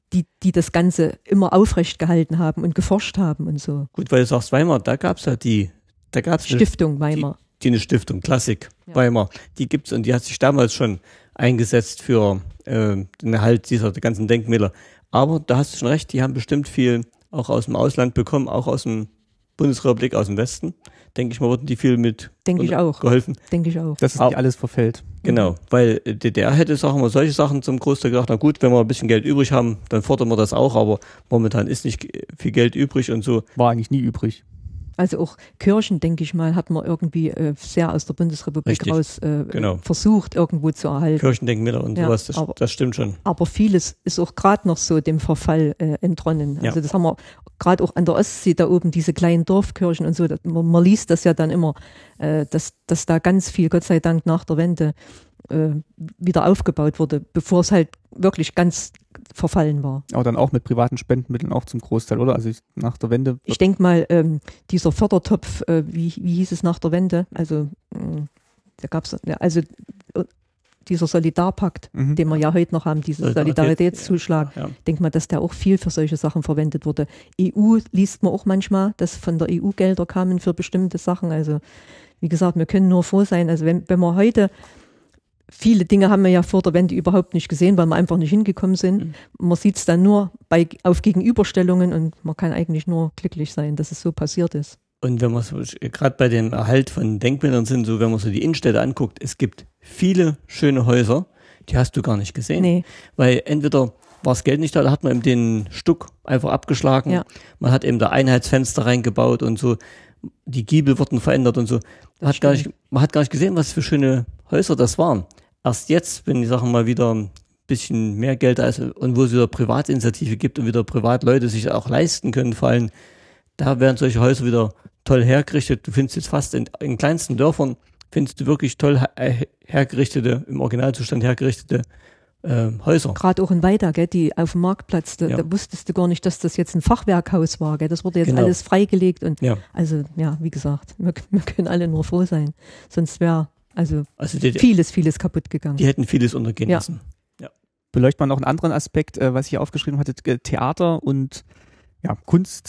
Speaker 2: die, die das Ganze immer aufrecht gehalten haben und geforscht haben und so.
Speaker 3: Gut, weil du sagst Weimar, da gab es ja die, da gab es
Speaker 2: Stiftung Weimar.
Speaker 3: Die, die eine Stiftung, Klassik
Speaker 2: Ja.
Speaker 3: Weimar, die gibt's und die hat sich damals schon eingesetzt für äh, den Erhalt dieser ganzen Denkmäler. Aber da hast du schon recht, die haben bestimmt viel auch aus dem Ausland bekommen, auch aus dem Bundesrepublik, aus dem Westen. Denke ich mal, wurden die viel mit
Speaker 2: Denke ich auch.
Speaker 3: geholfen.
Speaker 2: Denke ich auch.
Speaker 1: Dass es
Speaker 3: Au-
Speaker 1: nicht alles verfällt.
Speaker 3: Genau, weil D D R hätte, sagen wir, solche Sachen zum Großteil gedacht, na gut, wenn wir ein bisschen Geld übrig haben, dann fordern wir das auch, aber momentan ist nicht viel Geld übrig und so.
Speaker 1: War eigentlich nie übrig.
Speaker 2: Also auch Kirchen, denke ich mal, hat man irgendwie äh, sehr aus der Bundesrepublik
Speaker 3: Richtig,
Speaker 2: raus äh,
Speaker 3: genau.
Speaker 2: versucht, irgendwo zu erhalten.
Speaker 3: Kirchendenkmäler und
Speaker 2: Ja,
Speaker 3: sowas, das,
Speaker 2: aber-
Speaker 3: das stimmt schon.
Speaker 2: Aber vieles ist auch gerade noch so dem Verfall äh, entronnen. Also
Speaker 3: Ja.
Speaker 2: das haben wir gerade auch an der Ostsee da oben, diese kleinen Dorfkirchen und so. Das, man, man liest das ja dann immer, äh, dass, dass da ganz viel, Gott sei Dank, nach der Wende äh, wieder aufgebaut wurde, bevor es halt wirklich ganz verfallen war.
Speaker 1: Aber dann auch mit privaten Spendenmitteln auch zum Großteil, oder? Also ich, nach der Wende.
Speaker 2: Ich denke mal, ähm, dieser Fördertopf, äh, wie, wie hieß es nach der Wende? Also mh, da gab es, ja, also äh, dieser Solidarpakt,
Speaker 1: Mhm.
Speaker 2: den wir ja heute noch haben, dieser
Speaker 3: Solidarität,
Speaker 2: Solidaritätszuschlag.
Speaker 3: Ja.
Speaker 2: Ich denke mal, dass der auch viel für solche Sachen verwendet wurde. E U liest man auch manchmal, dass von der E U Gelder kamen für bestimmte Sachen. Also wie gesagt, wir können nur froh sein. Also wenn, wenn wir heute, viele Dinge haben wir ja vor der Wende überhaupt nicht gesehen, weil wir einfach nicht hingekommen sind.
Speaker 3: Mhm.
Speaker 2: Man sieht es dann nur bei, auf Gegenüberstellungen und man kann eigentlich nur glücklich sein, dass es so passiert ist.
Speaker 3: Und wenn man so, gerade bei dem Erhalt von Denkmälern sind, so wenn man so die Innenstädte anguckt, es gibt viele schöne Häuser, die hast du gar nicht gesehen.
Speaker 2: Nee,
Speaker 3: Weil entweder war das Geld nicht da, da hat man eben den Stuck einfach abgeschlagen,
Speaker 2: Ja.
Speaker 3: man hat eben da Einheitsfenster reingebaut und so, die Giebel wurden verändert und so. Man hat, gar nicht, man hat gar nicht gesehen, was für schöne Häuser das waren. Erst jetzt, wenn die Sachen mal wieder ein bisschen mehr Geld da ist und wo es wieder Privatinitiative gibt und wieder Privatleute sich auch leisten können, vor allem, da werden solche Häuser wieder toll hergerichtet. Du findest jetzt fast in, in kleinsten Dörfern, findest du wirklich toll her- hergerichtete, im Originalzustand hergerichtete äh, Häuser.
Speaker 2: gerade auch in Weida, gell, die auf dem Marktplatz, da,
Speaker 3: Ja.
Speaker 2: da wusstest du gar nicht, dass das jetzt ein Fachwerkhaus war. Gell. Das wurde jetzt
Speaker 3: Genau.
Speaker 2: alles freigelegt und
Speaker 3: Ja,
Speaker 2: also ja, wie gesagt, wir, wir können alle nur froh sein. Sonst wäre also
Speaker 3: also die,
Speaker 2: vieles, vieles kaputt gegangen.
Speaker 3: die hätten vieles untergehen
Speaker 2: Ja.
Speaker 3: müssen.
Speaker 1: Beleuchtet man noch einen anderen Aspekt, äh, was ich hier aufgeschrieben hatte, äh, Theater und ja,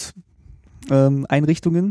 Speaker 1: Kunsteinrichtungen.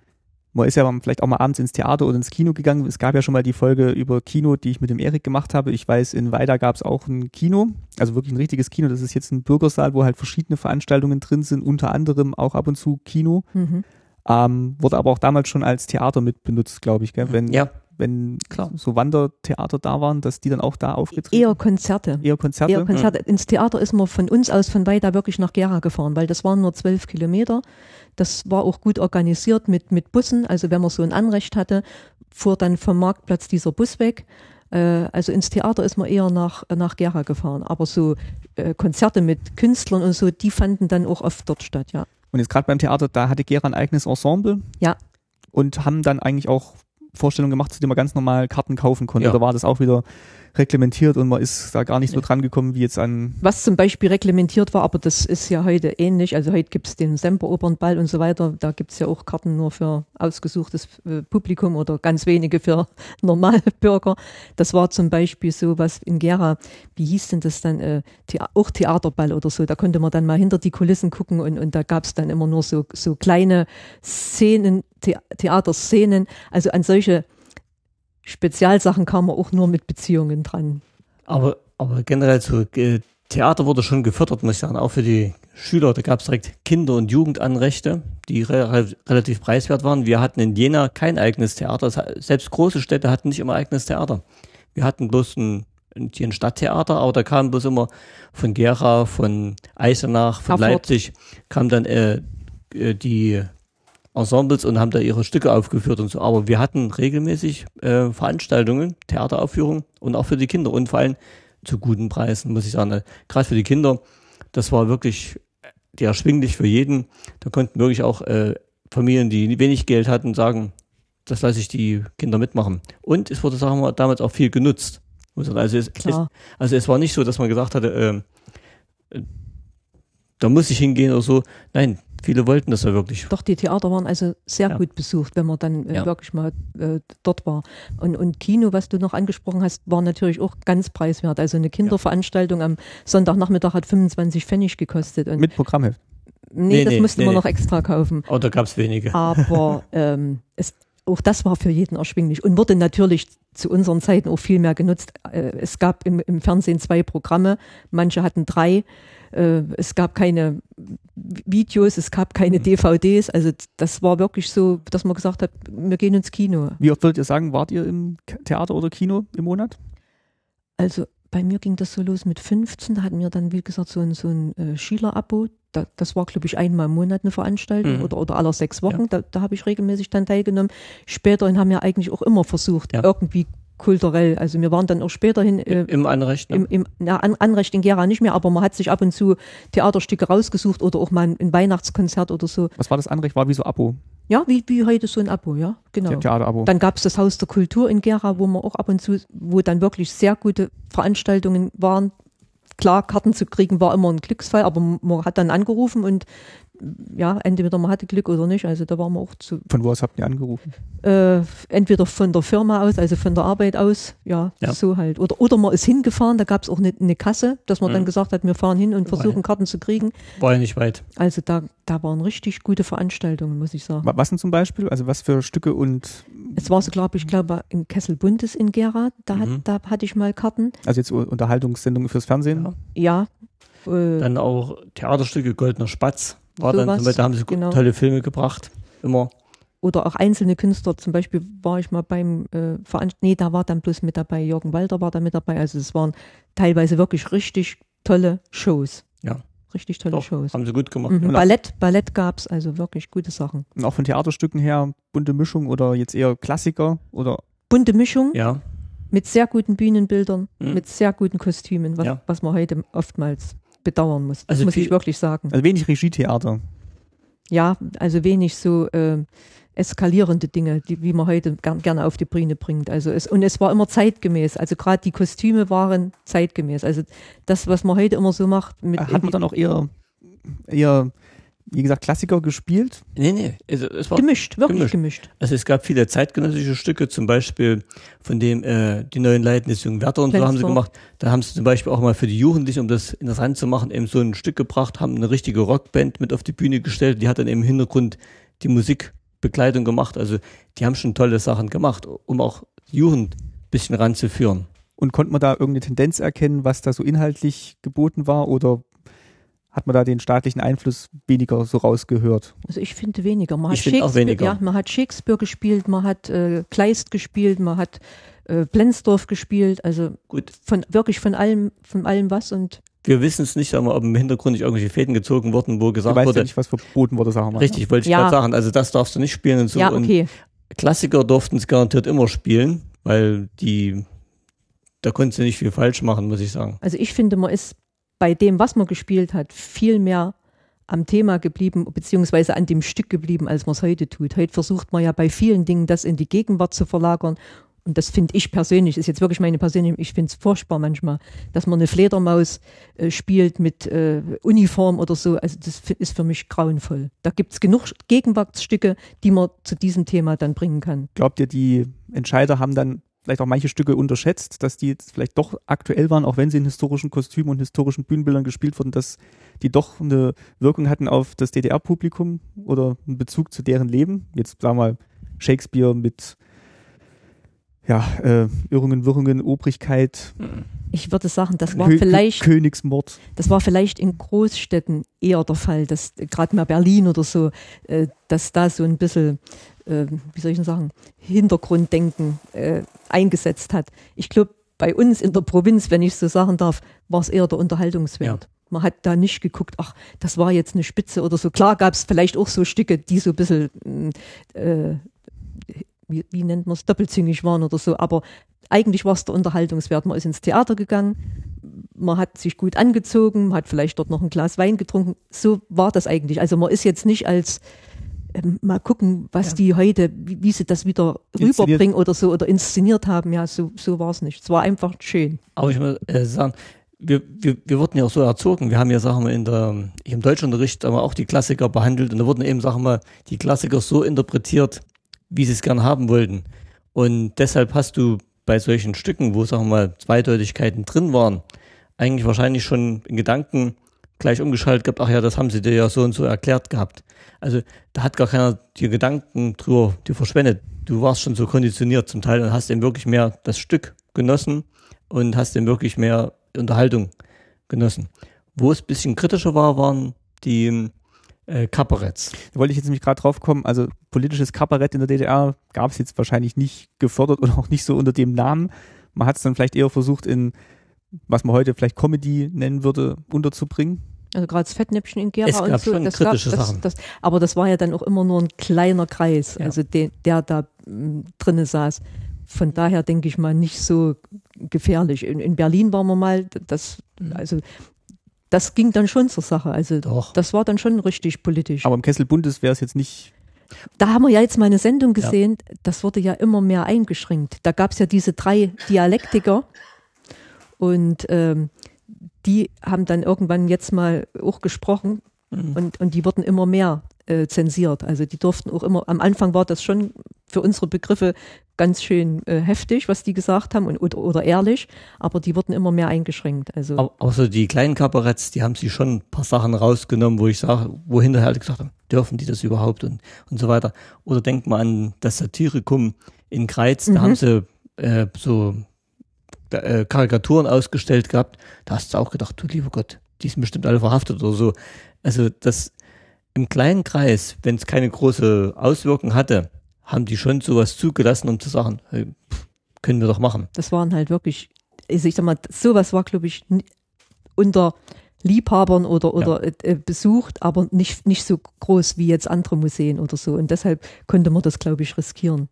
Speaker 1: Man ist ja vielleicht auch mal abends ins Theater oder ins Kino gegangen. Es gab ja schon mal die Folge über Kino, die ich mit dem Erik gemacht habe. Ich weiß, in Weida gab es auch ein Kino, also wirklich ein richtiges Kino. Das ist jetzt ein Bürgersaal, wo halt verschiedene Veranstaltungen drin sind, unter anderem auch ab und zu Kino.
Speaker 2: Mhm.
Speaker 1: Ähm, wurde aber auch damals schon als Theater mit benutzt, glaube ich, gell? Wenn,
Speaker 3: Ja,
Speaker 1: wenn
Speaker 3: Klar.
Speaker 1: so Wandertheater da waren, dass die dann auch da aufgetreten
Speaker 2: Eher Konzerte.
Speaker 1: Eher Konzerte.
Speaker 2: Eher Konzerte. Ins Theater ist man von uns aus von Weida wirklich nach Gera gefahren, weil das waren nur zwölf Kilometer. Das war auch gut organisiert mit, mit Bussen. Also wenn man so ein Anrecht hatte, fuhr dann vom Marktplatz dieser Bus weg. Äh, also ins Theater ist man eher nach, nach Gera gefahren. Aber so äh, Konzerte mit Künstlern und so, die fanden dann auch oft dort statt, ja.
Speaker 1: Und jetzt gerade beim Theater, da hatte Gera ein eigenes Ensemble.
Speaker 2: Ja.
Speaker 1: Und haben dann eigentlich auch Vorstellungen gemacht, zu denen man ganz normal Karten kaufen konnte.
Speaker 3: Ja.
Speaker 1: Da war das auch wieder reglementiert und man ist da gar nicht so dran gekommen wie jetzt an.
Speaker 2: Was zum Beispiel reglementiert war, aber das ist ja heute ähnlich. Also heute gibt es den Semperopernball und so weiter. Da gibt es ja auch Karten nur für ausgesuchtes äh, Publikum oder ganz wenige für Normalbürger. Das war zum Beispiel so was in Gera, wie hieß denn das dann, äh, Thea- auch Theaterball oder so. Da konnte man dann mal hinter die Kulissen gucken und, und da gab es dann immer nur so, so kleine Szenen, The Theaterszenen. Also an solche Spezialsachen kam man auch nur mit Beziehungen dran.
Speaker 3: aber, aber generell so äh, Theater wurde schon gefördert, muss ich sagen, auch für die Schüler. Da gab es direkt Kinder- und Jugendanrechte, die re relativ preiswert waren. Wir hatten in Jena kein eigenes Theater. Selbst große Städte hatten nicht immer eigenes Theater. Wir hatten bloß ein, hier ein Stadttheater, aber da kam bloß immer von Gera, von Eisenach, von
Speaker 2: Erfurt.
Speaker 3: Leipzig, kamen dann äh, äh, die Ensembles und haben da ihre Stücke aufgeführt und so. Aber wir hatten regelmäßig äh, Veranstaltungen, Theateraufführungen und auch für die Kinder und vor allem zu guten Preisen, muss ich sagen. Gerade für die Kinder, das war wirklich die erschwinglich für jeden. Da konnten wirklich auch äh, Familien, die wenig Geld hatten, sagen, das lasse ich die Kinder mitmachen. Und es wurde, sagen wir, damals auch viel genutzt. Also es, es,
Speaker 2: Klar.
Speaker 3: also es war nicht so, dass man gesagt hatte, äh, da muss ich hingehen oder so. Nein, Viele wollten das ja wirklich.
Speaker 2: Doch, die Theater waren also sehr
Speaker 3: Ja.
Speaker 2: gut besucht, wenn man dann äh,
Speaker 3: Ja.
Speaker 2: wirklich mal äh, dort war. Und, und Kino, was du noch angesprochen hast, war natürlich auch ganz preiswert. Also eine Kinderveranstaltung am Sonntagnachmittag hat fünfundzwanzig Pfennig gekostet. Und
Speaker 1: Mit Programmheft.
Speaker 2: nee,
Speaker 3: Nee,
Speaker 2: das
Speaker 3: nee,
Speaker 2: musste
Speaker 3: nee,
Speaker 2: man
Speaker 3: nee.
Speaker 2: noch extra kaufen.
Speaker 3: Oh, da gab es wenige.
Speaker 2: Aber ähm, es, auch das war für jeden erschwinglich und wurde natürlich zu unseren Zeiten auch viel mehr genutzt. Äh, es gab im, im Fernsehen zwei Programme, manche hatten drei. Äh, es gab keine Videos, es gab keine D V Ds. Also das war wirklich so, dass man gesagt hat, wir gehen ins Kino.
Speaker 1: Wie oft würdet ihr sagen, wart ihr im K- Theater oder Kino im Monat?
Speaker 2: Also bei mir ging das so los mit fünfzehn, da hatten wir dann, wie gesagt, so ein, so ein äh, Schülerabo. Da, das war, glaube ich, einmal im Monat eine Veranstaltung
Speaker 3: Mhm.
Speaker 2: oder, oder alle sechs Wochen. Da, da habe ich regelmäßig dann teilgenommen. Späterhin haben wir eigentlich auch immer versucht,
Speaker 3: Ja.
Speaker 2: irgendwie kulturell. Also wir waren dann auch späterhin äh,
Speaker 3: Im Anrecht. Ne?
Speaker 2: im, im na, An Anrecht in Gera nicht mehr, aber man hat sich ab und zu Theaterstücke rausgesucht oder auch mal ein, ein Weihnachtskonzert oder so.
Speaker 1: Was war das Anrecht? War wie so Abo,
Speaker 2: Ja, wie, wie heute so ein Abo, ja, genau.
Speaker 1: The- Theaterabo.
Speaker 2: Dann gab es das Haus der Kultur in Gera, wo man auch ab und zu, wo dann wirklich sehr gute Veranstaltungen waren. Klar, Karten zu kriegen war immer ein Glücksfall, aber man hat dann angerufen und ja, entweder man hatte Glück oder nicht. Also da waren wir auch zu,
Speaker 1: Von wo aus habt ihr angerufen?
Speaker 2: äh, entweder von der Firma aus, also von der Arbeit aus, ja,
Speaker 3: Ja.
Speaker 2: so halt. Oder, oder man ist hingefahren, da gab es auch eine, eine Kasse, dass man
Speaker 3: Mhm.
Speaker 2: dann gesagt hat, wir fahren hin und
Speaker 3: War
Speaker 2: versuchen
Speaker 3: ja-
Speaker 2: Karten zu kriegen.
Speaker 3: War ja nicht weit.
Speaker 2: Also da, da waren richtig gute Veranstaltungen, muss ich sagen.
Speaker 1: Wa- Was denn zum Beispiel? Also was für Stücke und,
Speaker 2: Es war so, glaube ich, glaube in Kessel Buntes in Gera, da, hat,
Speaker 3: Mhm.
Speaker 2: da hatte ich mal Karten.
Speaker 1: also jetzt U- Unterhaltungssendungen fürs Fernsehen?
Speaker 3: Ja.
Speaker 2: Ja. Äh,
Speaker 3: Dann auch Theaterstücke, Goldener Spatz. War dann,
Speaker 2: Sowas,
Speaker 3: zum Beispiel, da haben sie
Speaker 2: genau.
Speaker 3: tolle Filme gebracht. Immer.
Speaker 2: oder auch einzelne Künstler, zum Beispiel war ich mal beim äh, Veranst nee, da war dann bloß mit dabei, Jürgen Walter war da mit dabei, also es waren teilweise wirklich richtig tolle Shows.
Speaker 3: Ja.
Speaker 2: Richtig tolle
Speaker 3: Doch,
Speaker 2: Shows.
Speaker 3: haben sie gut gemacht.
Speaker 2: Mhm.
Speaker 1: Und-
Speaker 2: Ballett, Ballett gab es, also wirklich gute Sachen.
Speaker 1: Und auch von Theaterstücken her bunte Mischung oder jetzt eher Klassiker oder
Speaker 2: Bunte Mischung
Speaker 3: Ja.
Speaker 2: mit sehr guten Bühnenbildern,
Speaker 3: Mhm.
Speaker 2: mit sehr guten Kostümen, was,
Speaker 3: Ja.
Speaker 2: was man heute oftmals bedauern muss. Das
Speaker 3: Also
Speaker 2: muss
Speaker 3: viel-
Speaker 2: ich wirklich sagen.
Speaker 1: also wenig Regietheater.
Speaker 2: Ja, also wenig so äh, eskalierende Dinge, die, wie man heute gern, gerne auf die Bühne bringt. Also es, und es war immer zeitgemäß. Also gerade die Kostüme waren zeitgemäß. Also das, was man heute immer so macht. Mit
Speaker 1: Hat man dann auch eher, eher, wie gesagt, Klassiker gespielt?
Speaker 3: Nee, nee. Also, es war,
Speaker 2: gemischt, wirklich
Speaker 3: gemischt.
Speaker 2: gemischt.
Speaker 3: also es gab viele zeitgenössische Stücke, zum Beispiel von dem äh, die neuen Leiden des jungen Werther und so haben sie
Speaker 2: Flensburg.
Speaker 3: gemacht. Da haben sie zum Beispiel auch mal für die Jugendlichen, um das interessant zu machen, eben so ein Stück gebracht, haben eine richtige Rockband mit auf die Bühne gestellt. Die hat dann im Hintergrund die Musikbegleitung gemacht. Also die haben schon tolle Sachen gemacht, um auch die Jugend ein bisschen ranzuführen.
Speaker 1: Und konnte man da irgendeine Tendenz erkennen, was da so inhaltlich geboten war oder hat man da den staatlichen Einfluss weniger so rausgehört?
Speaker 2: Also ich finde weniger. Man hat,
Speaker 3: Ich finde auch
Speaker 2: Shakespeare,
Speaker 3: weniger.
Speaker 2: ja, man hat Shakespeare gespielt, man hat äh, Kleist gespielt, man hat äh, Blensdorf gespielt. Also
Speaker 3: Gut,
Speaker 2: von wirklich von allem, von allem was und
Speaker 3: wir wissen es nicht, aber ob im Hintergrund nicht irgendwelche Fäden gezogen wurden, wo
Speaker 1: Du
Speaker 3: gesagt
Speaker 1: weißt ja
Speaker 3: wurde,
Speaker 1: nicht, was verboten wurde, sagen wir mal.
Speaker 3: richtig, wollte ich
Speaker 2: Ja.
Speaker 3: gerade sagen, also das darfst du nicht spielen und so.
Speaker 2: ja,
Speaker 3: Und
Speaker 2: okay.
Speaker 3: Klassiker durften es garantiert immer spielen, weil die, da konntest du nicht viel falsch machen, muss ich sagen.
Speaker 2: Also ich finde, man ist bei dem, was man gespielt hat, viel mehr am Thema geblieben, beziehungsweise an dem Stück geblieben, als man es heute tut. Heute versucht man ja bei vielen Dingen, das in die Gegenwart zu verlagern. Und das finde ich persönlich, ist jetzt wirklich meine persönliche, ich finde es furchtbar manchmal, dass man eine Fledermaus äh, spielt mit äh, Uniform oder so. Also das fi- ist für mich grauenvoll. Da gibt es genug Gegenwartsstücke, die man zu diesem Thema dann bringen kann.
Speaker 1: Glaubt ihr, die Entscheider haben dann vielleicht auch manche Stücke unterschätzt, dass die jetzt vielleicht doch aktuell waren, auch wenn sie in historischen Kostümen und historischen Bühnenbildern gespielt wurden, dass die doch eine Wirkung hatten auf das D D R-Publikum oder einen Bezug zu deren Leben? Jetzt sagen wir mal Shakespeare mit ja, äh, Irrungen, Wirrungen, Obrigkeit,
Speaker 2: Ich würde sagen, das war
Speaker 1: Kö-
Speaker 2: vielleicht
Speaker 1: Königsmord.
Speaker 2: Das war vielleicht in Großstädten eher der Fall, dass gerade mal Berlin oder so, äh, dass da so ein bisschen, äh, wie soll ich denn sagen, Hintergrunddenken äh, eingesetzt hat. Ich glaube, bei uns in der Provinz, wenn ich so sagen darf, war es eher der Unterhaltungswert.
Speaker 3: Ja.
Speaker 2: Man hat da nicht geguckt, ach, das war jetzt eine Spitze oder so. Klar gab es vielleicht auch so Stücke, die so ein bisschen, äh, wie, wie nennt man es, doppelzüngig waren oder so, aber eigentlich war es der Unterhaltungswert. Man ist ins Theater gegangen, man hat sich gut angezogen, man hat vielleicht dort noch ein Glas Wein getrunken. So war das eigentlich. Also man ist jetzt nicht als ähm, mal gucken, was
Speaker 3: Ja.
Speaker 2: die heute, wie, wie sie das wieder
Speaker 1: Inszeniert.
Speaker 2: rüberbringen oder so oder inszeniert haben. Ja, so, so war es nicht. Es war einfach schön.
Speaker 3: Aber ich muss äh, sagen, wir, wir, wir wurden ja auch so erzogen. Wir haben ja, sagen wir, in der, im Deutschunterricht haben wir auch die Klassiker behandelt und da wurden eben, sagen wir, die Klassiker so interpretiert, wie sie es gern haben wollten. Und deshalb hast du bei solchen Stücken, wo, sagen wir mal, Zweideutigkeiten drin waren, eigentlich wahrscheinlich schon in Gedanken gleich umgeschaltet gehabt, ach ja, das haben sie dir ja so und so erklärt gehabt. Also da hat gar keiner dir Gedanken drüber dir verschwendet. Du warst schon so konditioniert zum Teil und hast eben wirklich mehr das Stück genossen und hast eben wirklich mehr Unterhaltung genossen. Wo es ein bisschen kritischer war, waren die äh, Kabaretts.
Speaker 1: Da wollte ich jetzt nämlich gerade drauf kommen, also politisches Kabarett in der D D R gab es jetzt wahrscheinlich nicht gefördert oder auch nicht so unter dem Namen. Man hat es dann vielleicht eher versucht in, was man heute vielleicht Comedy nennen würde, unterzubringen.
Speaker 2: Also gerade das Fettnäpfchen in Gera
Speaker 3: Es gab
Speaker 2: und so.
Speaker 3: schon
Speaker 2: Das
Speaker 3: kritische
Speaker 2: gab, das,
Speaker 3: Sachen.
Speaker 2: Das, aber das war ja dann auch immer nur ein kleiner Kreis,
Speaker 3: Ja.
Speaker 2: also de, der da m, drinne saß. Von daher denke ich mal nicht so gefährlich. In, in Berlin waren wir mal, das, also das ging dann schon zur Sache. Also
Speaker 3: Doch.
Speaker 2: das war dann schon richtig politisch.
Speaker 1: Aber im Kessel Bundes wäre es jetzt nicht.
Speaker 2: Da haben wir ja jetzt mal eine Sendung gesehen, das wurde ja immer mehr eingeschränkt. Da gab es ja diese drei Dialektiker und ähm, die haben dann irgendwann jetzt mal auch gesprochen
Speaker 3: Mhm.
Speaker 2: und, und die wurden immer mehr äh, zensiert. Also die durften auch immer, am Anfang war das schon für unsere Begriffe ganz schön äh, heftig, was die gesagt haben und, oder, oder ehrlich, aber die wurden immer mehr eingeschränkt. Also
Speaker 3: Au- Außer die kleinen Kabaretts, die haben sich schon ein paar Sachen rausgenommen, wo ich sage, wo hinterher halt gesagt haben, dürfen die das überhaupt und, und so weiter. Oder denkt mal an das Satirikum in Greiz, da
Speaker 2: Mhm.
Speaker 3: haben sie äh, so äh, Karikaturen ausgestellt gehabt, da hast du auch gedacht, du lieber Gott, die sind bestimmt alle verhaftet oder so. Also das im kleinen Kreis, wenn es keine große Auswirkung hatte, haben die schon sowas zugelassen, um zu sagen, hey, pff, können wir doch machen.
Speaker 2: das waren halt wirklich, also ich sag mal, sowas war, glaube ich, n- unter Liebhabern oder, oder äh, besucht, aber nicht, nicht so groß wie jetzt andere Museen oder so. Und deshalb konnte man das, glaube ich, riskieren.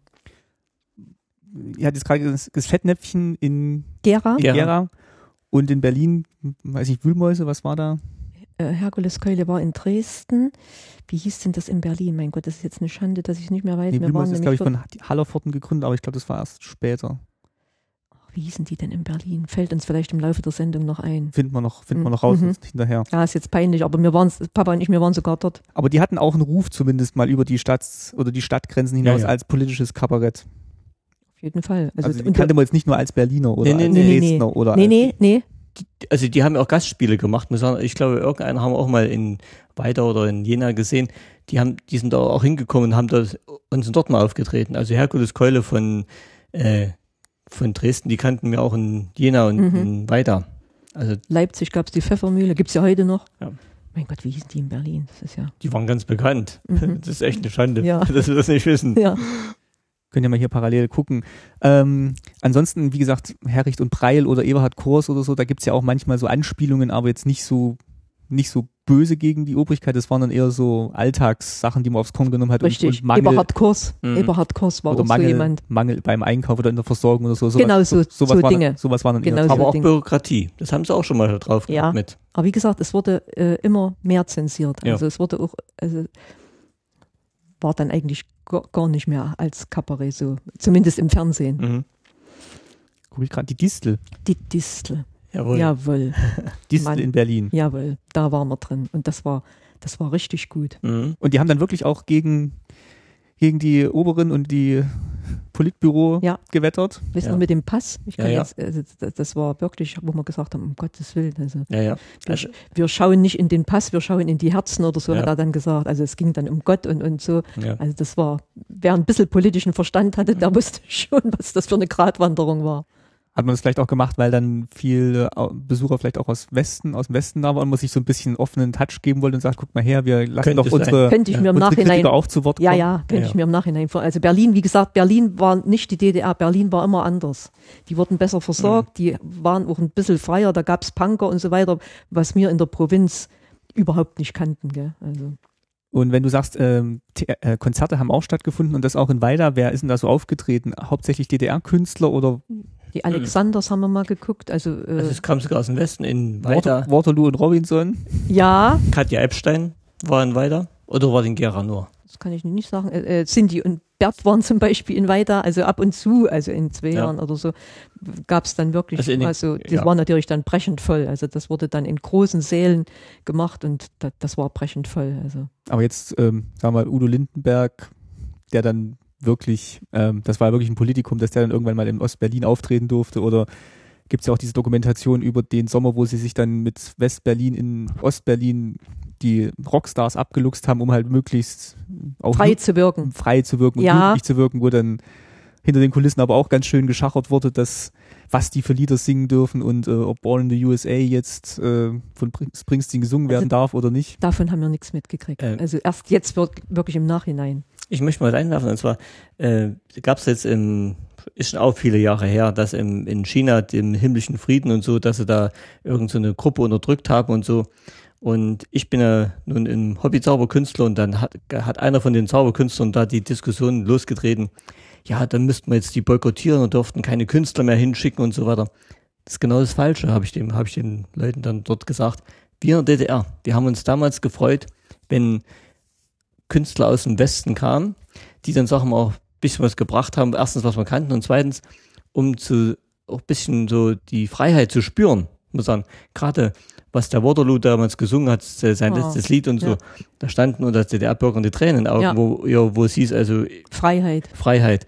Speaker 1: Ihr hattet jetzt gerade das, das Fettnäpfchen in,
Speaker 2: Gera,
Speaker 1: in
Speaker 3: Ja.
Speaker 1: Gera und in Berlin, weiß ich, Wühlmäuse, was war da?
Speaker 2: äh, Herkuleskeule war in Dresden. Wie hieß denn das in Berlin? Mein Gott, das ist jetzt eine Schande, dass ich es nicht mehr weiß.
Speaker 1: Nee,
Speaker 2: Wir waren
Speaker 1: Wühlmäuse ist, glaube
Speaker 2: nämlich
Speaker 1: ich, von Hallervorden gegründet, aber ich glaube, das war erst später.
Speaker 2: dort- Wie hießen die denn in Berlin? Fällt uns vielleicht im Laufe der Sendung noch ein.
Speaker 1: Finden wir noch, finden wir noch raus
Speaker 2: Mhm.
Speaker 1: jetzt hinterher.
Speaker 2: Ja, ist jetzt peinlich, aber wir waren, Papa und ich, wir waren sogar dort.
Speaker 1: Aber die hatten auch einen Ruf zumindest mal über die Stadt oder die Stadtgrenzen hinaus
Speaker 3: Ja, ja.
Speaker 1: als politisches Kabarett.
Speaker 2: Auf jeden Fall.
Speaker 1: Also,
Speaker 2: Also,
Speaker 1: die
Speaker 2: und
Speaker 1: kannte man jetzt nicht nur als Berliner oder
Speaker 3: Nee, nee,
Speaker 1: als
Speaker 2: nee, nee,
Speaker 1: Dresdner oder
Speaker 2: nee,
Speaker 1: als,
Speaker 2: nee, nee.
Speaker 3: Also die haben ja auch Gastspiele gemacht. Muss sagen, ich glaube, irgendeinen haben wir auch mal in Weida oder in Jena gesehen. Die haben, die sind da auch hingekommen und haben dort, und sind dort mal aufgetreten. Also Herkuleskeule von, äh, von Dresden, die kannten wir auch in Jena und
Speaker 2: Mhm.
Speaker 3: in Weida. Also
Speaker 2: Leipzig gab es die Pfeffermühle, gibt es ja heute noch.
Speaker 3: Ja.
Speaker 2: Mein Gott, wie hießen die in Berlin? Das ist ja.
Speaker 3: die waren ganz bekannt.
Speaker 2: Mhm.
Speaker 3: Das ist echt eine Schande,
Speaker 2: Ja.
Speaker 3: dass wir das nicht wissen.
Speaker 2: Ja.
Speaker 1: Könnt ihr mal hier parallel gucken. Ähm, ansonsten, wie gesagt, Herricht und Breil oder Eberhard Kors oder so, da gibt's ja auch manchmal so Anspielungen, aber jetzt nicht so nicht so böse gegen die Obrigkeit. Das waren dann eher so Alltagssachen, die man aufs Korn genommen hat.
Speaker 2: Richtig.
Speaker 1: Und, und Mangel,
Speaker 2: Eberhard Kors.
Speaker 3: Mhm.
Speaker 2: Eberhard Kors war
Speaker 1: oder
Speaker 2: auch
Speaker 1: Mangel,
Speaker 2: so jemand.
Speaker 1: Mangel beim Einkauf oder in der Versorgung oder so. Sowas,
Speaker 2: Genau, so-
Speaker 1: sowas
Speaker 2: so
Speaker 1: war,
Speaker 2: Dinge.
Speaker 1: Sowas war dann
Speaker 2: Genau
Speaker 1: eher
Speaker 2: so.
Speaker 3: Aber auch
Speaker 2: Ding.
Speaker 3: Bürokratie. Das haben sie auch schon mal drauf gehabt
Speaker 2: Ja.
Speaker 3: mit.
Speaker 2: Aber wie gesagt, es wurde äh, immer mehr zensiert.
Speaker 3: Ja.
Speaker 2: Also es wurde auch, also war dann eigentlich gar, gar nicht mehr als Kabarett so, zumindest im Fernsehen.
Speaker 3: Mhm.
Speaker 1: guck ich gerade, die Distel.
Speaker 2: Die Distel.
Speaker 3: Jawohl.
Speaker 2: Jawohl,
Speaker 1: Distel
Speaker 2: Mann.
Speaker 1: in Berlin.
Speaker 2: jawohl, da waren wir drin. Und das war, das war richtig gut.
Speaker 3: Mhm.
Speaker 1: Und die haben dann wirklich auch gegen, gegen die Oberen und die Politbüro
Speaker 2: Ja.
Speaker 1: gewettert.
Speaker 2: Wisst ihr
Speaker 3: Ja.
Speaker 2: noch mit dem Pass? Ich kann
Speaker 3: Ja, ja.
Speaker 2: jetzt, also das, das war wirklich, wo wir gesagt haben, um Gottes Willen, also
Speaker 3: Ja, ja.
Speaker 2: wir,
Speaker 3: Also,
Speaker 2: wir schauen nicht in den Pass, wir schauen in die Herzen oder so,
Speaker 3: Ja.
Speaker 2: hat er dann gesagt. Also es ging dann um Gott und, und so.
Speaker 3: ja.
Speaker 2: Also das war, wer ein bisschen politischen Verstand hatte, der wusste schon, was das für eine Gratwanderung war.
Speaker 1: Hat man das vielleicht auch gemacht, weil dann viele Au- Besucher vielleicht auch aus Westen, aus dem Westen da waren und man sich so ein bisschen offenen Touch geben wollte und sagt, guck mal her, wir lassen
Speaker 3: Könnte
Speaker 1: doch
Speaker 3: sein.
Speaker 1: unsere,
Speaker 2: Könnte ich
Speaker 3: ja.
Speaker 2: mir im
Speaker 1: unsere
Speaker 2: Nachhinein,
Speaker 1: Kritiker auch zu Wort
Speaker 2: ja,
Speaker 1: kommen.
Speaker 2: ja, könnte
Speaker 3: Ja.
Speaker 2: ich mir im Nachhinein vor. Also Berlin, wie gesagt, Berlin war nicht die D D R, Berlin war immer anders. Die wurden besser versorgt, die waren auch ein bisschen freier, da gab es Punker und so weiter, was wir in der Provinz überhaupt nicht kannten. Gell? Also
Speaker 1: Und wenn du sagst, ähm, The- äh, Konzerte haben auch stattgefunden und das auch in Weida, wer ist denn da so aufgetreten? Hauptsächlich D D R-Künstler oder
Speaker 2: die Alexanders haben wir mal geguckt. Also, äh,
Speaker 3: Also es kam sogar aus dem Westen in
Speaker 1: Water,
Speaker 3: Weida.
Speaker 1: Waterloo und Robinson?
Speaker 2: ja,
Speaker 3: Katja Epstein war in Weida. Oder war die in Gera nur?
Speaker 2: das kann ich nicht sagen. Äh, äh, Cindy und waren zum Beispiel in Weida, also ab und zu, also in zwei
Speaker 3: Ja.
Speaker 2: Jahren oder so, gab es dann wirklich,
Speaker 3: Also in den-
Speaker 2: also das
Speaker 3: ja.
Speaker 2: war natürlich dann brechend voll. Also das wurde dann in großen Sälen gemacht und da, das war brechend voll. Also
Speaker 1: Aber jetzt, ähm, sagen wir mal, Udo Lindenberg, der dann wirklich, ähm, das war wirklich ein Politikum, dass der dann irgendwann mal in Ostberlin auftreten durfte, oder gibt es ja auch diese Dokumentation über den Sommer, wo sie sich dann mit Westberlin in Ostberlin die Rockstars abgeluchst haben, um halt möglichst auch
Speaker 2: frei zu wirken.
Speaker 1: frei zu wirken und
Speaker 2: Ja.
Speaker 1: jugendlich zu wirken, wo dann hinter den Kulissen aber auch ganz schön geschachert wurde, dass was die für Lieder singen dürfen und äh, ob Born in the U S A jetzt äh, von Pr- Springsteen gesungen werden
Speaker 2: Also
Speaker 1: darf oder nicht.
Speaker 2: Davon haben wir nichts mitgekriegt.
Speaker 3: Ähm.
Speaker 2: Also erst jetzt wird wirklich im Nachhinein.
Speaker 3: Ich möchte mal einwerfen, und zwar äh, gab es jetzt im, ist schon auch viele Jahre her, dass im, in China dem himmlischen Frieden und so, dass sie da irgend so eine Gruppe unterdrückt haben und so. Und ich bin ja nun ein Hobby-Zauberkünstler und dann hat, hat einer von den Zauberkünstlern da die Diskussion losgetreten, ja, dann müssten wir jetzt die boykottieren und durften keine Künstler mehr hinschicken und so weiter. Das ist genau das Falsche, habe ich dem, habe ich den Leuten dann dort gesagt. Wir in der D D R, wir haben uns damals gefreut, wenn Künstler aus dem Westen kamen, die dann Sachen auch ein bisschen was gebracht haben. Erstens, was wir kannten, und zweitens, um zu auch ein bisschen so die Freiheit zu spüren, muss man sagen. Gerade was der Waterloo damals gesungen hat, sein
Speaker 2: Oh,
Speaker 3: letztes Lied und so,
Speaker 2: ja.
Speaker 3: da standen unter D D R-Bürgern die Tränen in den Augen,
Speaker 2: Ja.
Speaker 3: wo, ja, wo es hieß, also
Speaker 2: Freiheit.
Speaker 3: Freiheit.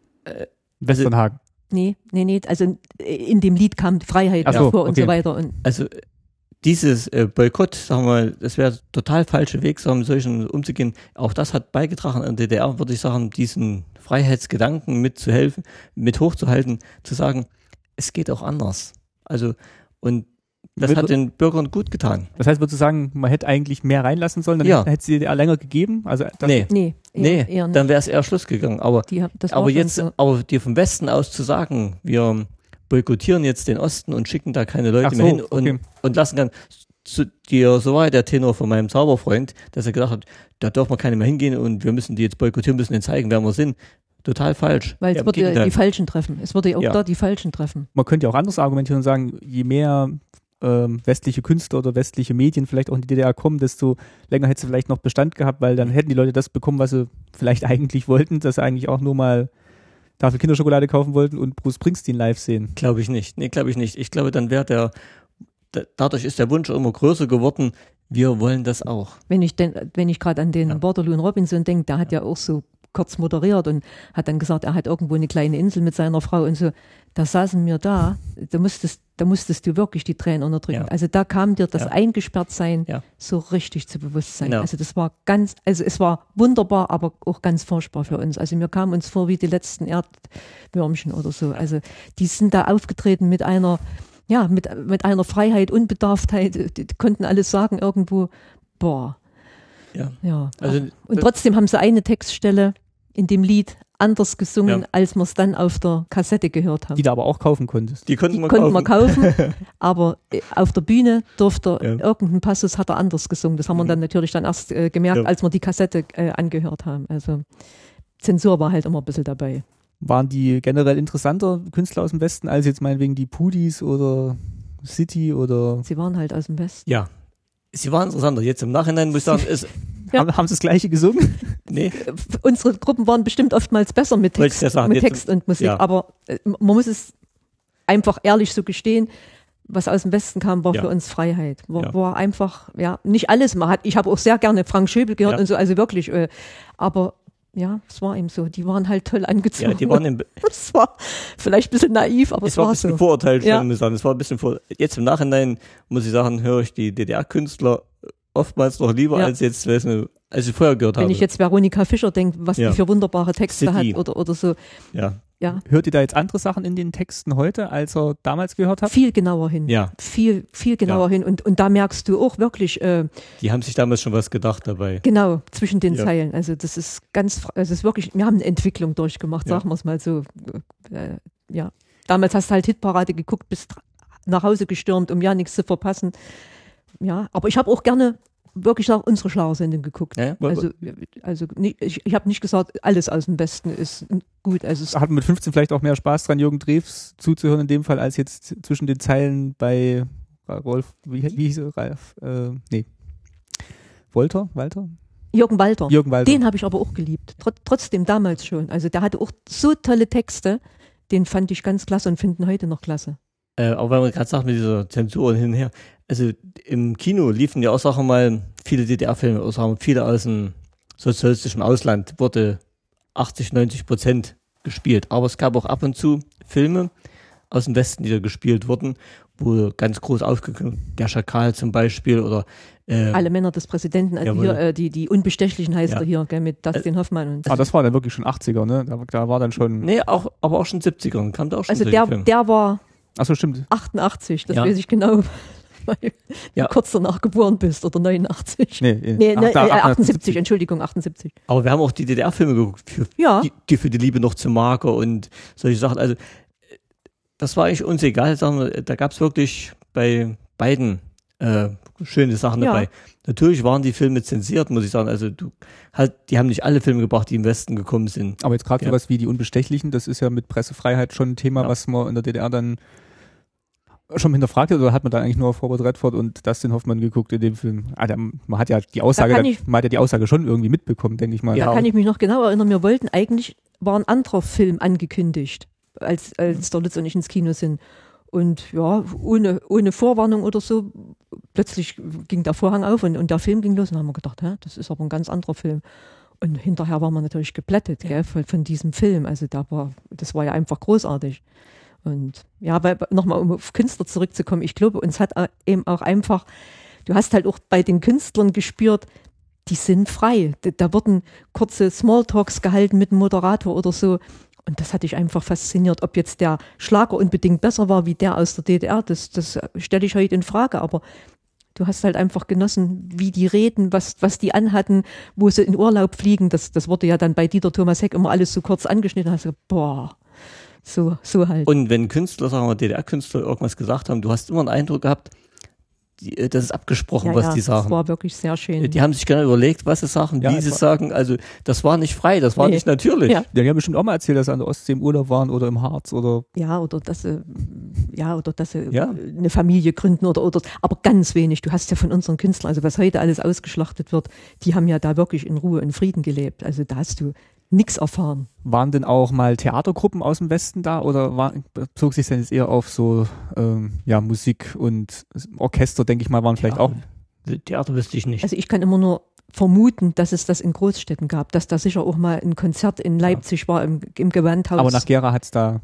Speaker 1: Westernhagen.
Speaker 2: Nee, nee, nee. Also in dem Lied kam Freiheit
Speaker 1: Ach so,
Speaker 2: vor und
Speaker 1: okay.
Speaker 2: so weiter. Und
Speaker 3: Also dieses äh, Boykott, sagen wir mal, das wäre total falscher Weg, so mit solchen umzugehen. Auch das hat beigetragen an der D D R, würde ich sagen, diesen Freiheitsgedanken mitzuhelfen, mit hochzuhalten, zu sagen, es geht auch anders. Also, und das
Speaker 1: Wird-
Speaker 3: hat den Bürgern gut getan.
Speaker 1: Das heißt, würdest du sagen, man hätte eigentlich mehr reinlassen sollen, dann
Speaker 3: Ja.
Speaker 1: hätte es die D D R länger gegeben? Also das,
Speaker 3: Nee,
Speaker 2: nee, eher,
Speaker 3: nee,
Speaker 2: eher nicht.
Speaker 3: dann wäre es eher Schluss gegangen. Aber,
Speaker 2: Die, haben- das war
Speaker 3: aber
Speaker 2: schon
Speaker 3: jetzt,
Speaker 2: so.
Speaker 3: aber dir vom Westen aus zu sagen, wir boykottieren jetzt den Osten und schicken da keine Leute
Speaker 1: Ach so,
Speaker 3: mehr hin und,
Speaker 1: okay.
Speaker 3: und lassen dann zu dir, so war der Tenor von meinem Zauberfreund, dass er gesagt hat, da dürfen wir keine mehr hingehen und wir müssen die jetzt boykottieren, müssen denen zeigen, wer wir sind. Total falsch.
Speaker 2: Weil
Speaker 3: Ja,
Speaker 2: es
Speaker 3: im
Speaker 2: würde ja
Speaker 3: Gegenteil.
Speaker 2: die Falschen treffen. Es würde ja auch
Speaker 3: Ja.
Speaker 2: da die Falschen treffen.
Speaker 1: man könnte ja auch anders argumentieren und sagen, je mehr ähm, westliche Künstler oder westliche Medien vielleicht auch in die D D R kommen, desto länger hätte sie vielleicht noch Bestand gehabt, weil dann hätten die Leute das bekommen, was sie vielleicht eigentlich wollten, dass sie eigentlich auch nur mal Tafel Kinderschokolade kaufen wollten und Bruce Springsteen live sehen.
Speaker 3: Glaube ich nicht. Nee, glaube ich nicht. Ich glaube, dann wäre der, da, dadurch ist der Wunsch immer größer geworden, wir wollen das auch.
Speaker 2: Wenn ich denn, wenn ich gerade an den
Speaker 3: Ja.
Speaker 2: Waterloo und Robinson denke, der hat ja auch so kurz moderiert und hat dann gesagt, er hat irgendwo eine kleine Insel mit seiner Frau und so. Da saßen wir da, da musstest, da musstest du wirklich die Tränen unterdrücken.
Speaker 3: Ja.
Speaker 2: Also da kam dir das
Speaker 3: Ja.
Speaker 2: Eingesperrtsein
Speaker 3: Ja.
Speaker 2: so richtig zu Bewusstsein.
Speaker 3: Genau.
Speaker 2: Also das war ganz, also es war wunderbar, aber auch ganz furchtbar für uns. Also wir kamen uns vor wie die letzten Erdwürmchen oder so. Also die sind da aufgetreten mit einer, ja, mit, mit einer Freiheit, Unbedarftheit, die, die konnten alles sagen irgendwo, boah.
Speaker 3: Ja.
Speaker 2: Ja.
Speaker 3: Also,
Speaker 2: Und trotzdem haben sie eine Textstelle in dem Lied anders gesungen,
Speaker 3: Ja.
Speaker 2: als wir es dann auf der Kassette gehört haben.
Speaker 1: Die du aber auch kaufen konntest.
Speaker 3: die konnten
Speaker 2: Die
Speaker 3: wir
Speaker 2: konnten
Speaker 3: kaufen.
Speaker 2: wir kaufen, aber äh, auf der Bühne durfte
Speaker 3: Ja.
Speaker 2: irgendein Passus hat er anders gesungen. Das haben wir dann natürlich dann erst äh, gemerkt,
Speaker 3: Ja.
Speaker 2: als wir die Kassette äh, angehört haben. Also Zensur war halt immer ein bisschen dabei.
Speaker 1: Waren die generell interessanter Künstler aus dem Westen als jetzt meinetwegen die Pudis oder City oder
Speaker 2: Sie waren halt aus dem Westen.
Speaker 3: Ja. Sie waren interessanter. Jetzt im Nachhinein muss ich sagen, ist,
Speaker 2: Ja.
Speaker 1: haben, haben sie das gleiche gesungen?
Speaker 3: nee,
Speaker 2: Unsere Gruppen waren bestimmt oftmals besser mit
Speaker 3: Wollte ich
Speaker 2: Text,
Speaker 3: ja sagen,
Speaker 2: mit
Speaker 3: jetzt-
Speaker 2: Text und Musik,
Speaker 3: ja.
Speaker 2: aber äh, man muss es einfach ehrlich so gestehen, was aus dem Westen kam, war
Speaker 3: Ja.
Speaker 2: für uns Freiheit. War,
Speaker 3: Ja.
Speaker 2: war einfach, ja, nicht alles. Man hat, ich habe auch sehr gerne Frank Schöbel gehört
Speaker 3: Ja.
Speaker 2: und so, also wirklich, äh, aber ja, es war eben so. Die waren halt toll angezogen.
Speaker 3: ja, die waren im,
Speaker 2: es war vielleicht ein bisschen naiv, aber es,
Speaker 3: es war ein
Speaker 2: war
Speaker 3: bisschen
Speaker 2: so.
Speaker 3: Vorurteil,
Speaker 2: Ja.
Speaker 3: schon, muss ich sagen. Es war ein bisschen vor, jetzt im Nachhinein muss ich sagen, höre ich die D D R-Künstler oftmals noch lieber
Speaker 2: Ja.
Speaker 3: als jetzt, weiß nicht, als ich vorher gehört
Speaker 2: Wenn
Speaker 3: habe.
Speaker 2: ich jetzt Veronika Fischer denke, was
Speaker 3: Ja.
Speaker 2: die für wunderbare Texte
Speaker 3: City.
Speaker 2: hat oder, oder so,
Speaker 3: ja,
Speaker 2: ja,
Speaker 1: Hört ihr da jetzt andere Sachen in den Texten heute, als ihr damals gehört habt?
Speaker 2: viel genauer hin.
Speaker 3: ja,
Speaker 2: Viel, viel genauer
Speaker 3: Ja.
Speaker 2: hin. Und, und da merkst du auch wirklich, äh,
Speaker 3: die haben sich damals schon was gedacht dabei.
Speaker 2: genau, zwischen den
Speaker 3: Ja.
Speaker 2: Zeilen. Also das ist ganz, fra- also es ist wirklich, wir haben eine Entwicklung durchgemacht,
Speaker 3: Ja.
Speaker 2: sagen wir es mal so. Äh, ja. Damals hast du halt Hitparade geguckt, bist nach Hause gestürmt, um ja nichts zu verpassen. Ja, aber ich habe auch gerne wirklich auch unsere Schlagersendung geguckt.
Speaker 3: Ja, ja.
Speaker 2: Also, also nicht, ich, ich habe nicht gesagt, alles aus dem Westen ist gut. Also es,
Speaker 1: Hat man mit fünfzehn vielleicht auch mehr Spaß dran, Jürgen Drews zuzuhören in dem Fall, als jetzt zwischen den Zeilen bei Rolf, wie, wie hieß er, Ralf, äh, nee, Wolter, Walter?
Speaker 2: Jürgen Walter.
Speaker 1: Jürgen Walter.
Speaker 2: Den habe ich aber auch geliebt. Tr- trotzdem damals schon. Also der hatte auch so tolle Texte. Den fand ich ganz klasse und finden heute noch klasse.
Speaker 3: Äh, aber wenn man gerade sagt mit dieser Zensur und hin und her, also im Kino liefen ja auch Sachen mal viele D D R-Filme, oder sagen wir, viele aus dem sozialistischen Ausland, wurde achtzig, neunzig Prozent gespielt. Aber es gab auch ab und zu Filme aus dem Westen, die da gespielt wurden, wo ganz groß aufgekommen, der Schakal zum Beispiel oder äh,
Speaker 2: Alle Männer des Präsidenten, also
Speaker 3: Jawohl.
Speaker 2: hier, äh, die, die Unbestechlichen heißt
Speaker 3: Ja.
Speaker 2: er hier, gell, mit Dustin Hoffmann. Und
Speaker 1: Ah, das war dann wirklich schon achtziger, ne? Da, da war dann schon.
Speaker 3: nee, auch, aber auch schon siebzigern kam da auch schon
Speaker 2: also
Speaker 3: solche
Speaker 2: der,
Speaker 3: Filme.
Speaker 2: der war
Speaker 1: Achso, stimmt.
Speaker 2: achtundachtzig, das
Speaker 3: Ja.
Speaker 2: weiß ich genau, weil
Speaker 3: Ja.
Speaker 2: du kurz danach geboren bist oder neunundachtzig.
Speaker 1: Nee, äh,
Speaker 2: Nee, ne,
Speaker 1: ach, da-
Speaker 2: äh,
Speaker 1: achtundsiebzig.
Speaker 2: achtundsiebzig, Entschuldigung, achtundsiebzig.
Speaker 3: Aber wir haben auch die D D R-Filme geguckt, für,
Speaker 2: Ja,
Speaker 3: die, die für die Liebe noch zu mager und solche Sachen. Also äh, das war eigentlich uns egal. Sagen wir, da gab es wirklich bei beiden äh, schöne Sachen
Speaker 2: Ja.
Speaker 3: dabei. Natürlich waren die Filme zensiert, muss ich sagen. Also du halt, die haben nicht alle Filme gebracht, die im Westen gekommen sind.
Speaker 1: Aber jetzt gerade
Speaker 3: Ja.
Speaker 1: sowas wie die Unbestechlichen, das ist ja mit Pressefreiheit schon ein Thema,
Speaker 3: Ja.
Speaker 1: was man in der D D R dann schon hinterfragt hat, oder hat man dann eigentlich nur auf Robert Redford und Dustin Hoffmann geguckt in dem Film? Ah, da, man hat ja die Aussage,
Speaker 2: Da kann
Speaker 1: dann,
Speaker 2: ich-
Speaker 1: man hat ja die Aussage schon irgendwie mitbekommen, denke ich mal.
Speaker 2: da kann ich mich noch genau erinnern, wir wollten eigentlich, war ein anderer Film angekündigt, als, als der Lutz und ich ins Kino sind. Und ja, ohne, ohne Vorwarnung oder so, plötzlich ging der Vorhang auf und, und der Film ging los und haben wir gedacht, hä, das ist aber ein ganz anderer Film. Und hinterher war man natürlich geplättet, gell, von, von diesem Film. Also da war, das war ja einfach großartig. Und ja, weil nochmal, um auf Künstler zurückzukommen, ich glaube, uns hat eben auch einfach, du hast halt auch bei den Künstlern gespürt, die sind frei. Da, da wurden kurze Smalltalks gehalten mit dem Moderator oder so. Und das hat dich einfach fasziniert. Ob jetzt der Schlager unbedingt besser war wie der aus der D D R, das, das stelle ich heute in Frage. Aber du hast halt einfach genossen, wie die reden, was, was die anhatten, wo sie in Urlaub fliegen. Das, das wurde ja dann bei Dieter Thomas Heck immer alles so kurz angeschnitten. Da hast du gesagt, boah, so, so halt.
Speaker 3: Und wenn Künstler, sagen wir D D R-Künstler irgendwas gesagt haben, du hast immer einen Eindruck gehabt, die, äh, das ist abgesprochen,
Speaker 2: ja,
Speaker 3: was
Speaker 2: ja,
Speaker 3: die sagen.
Speaker 2: Das war wirklich sehr schön.
Speaker 3: Die haben sich genau überlegt, was sie sagen,
Speaker 1: Ja,
Speaker 3: wie sie
Speaker 1: einfach-
Speaker 3: sagen. Also das war nicht frei, das war
Speaker 2: Nee.
Speaker 3: nicht natürlich.
Speaker 2: Ja.
Speaker 1: Ja, die haben bestimmt auch mal erzählt, dass sie an der Ostsee im Urlaub waren oder im Harz oder.
Speaker 2: Ja, oder dass sie, ja, oder dass sie
Speaker 3: Ja.
Speaker 2: eine Familie gründen oder, oder, aber ganz wenig. Du hast ja von unseren Künstlern, also was heute alles ausgeschlachtet wird, die haben ja da wirklich in Ruhe und Frieden gelebt. Also da hast du nichts erfahren.
Speaker 1: Waren denn auch mal Theatergruppen aus dem Westen da oder war, bezog sich denn jetzt eher auf so ähm, ja, Musik und Orchester, denke ich mal, waren vielleicht
Speaker 3: Ja.
Speaker 1: auch.
Speaker 3: Theater wüsste ich nicht.
Speaker 2: Also ich kann immer nur vermuten, dass es das in Großstädten gab, dass da sicher auch mal ein Konzert in Leipzig war, im, im Gewandhaus.
Speaker 1: Aber nach Gera hat es da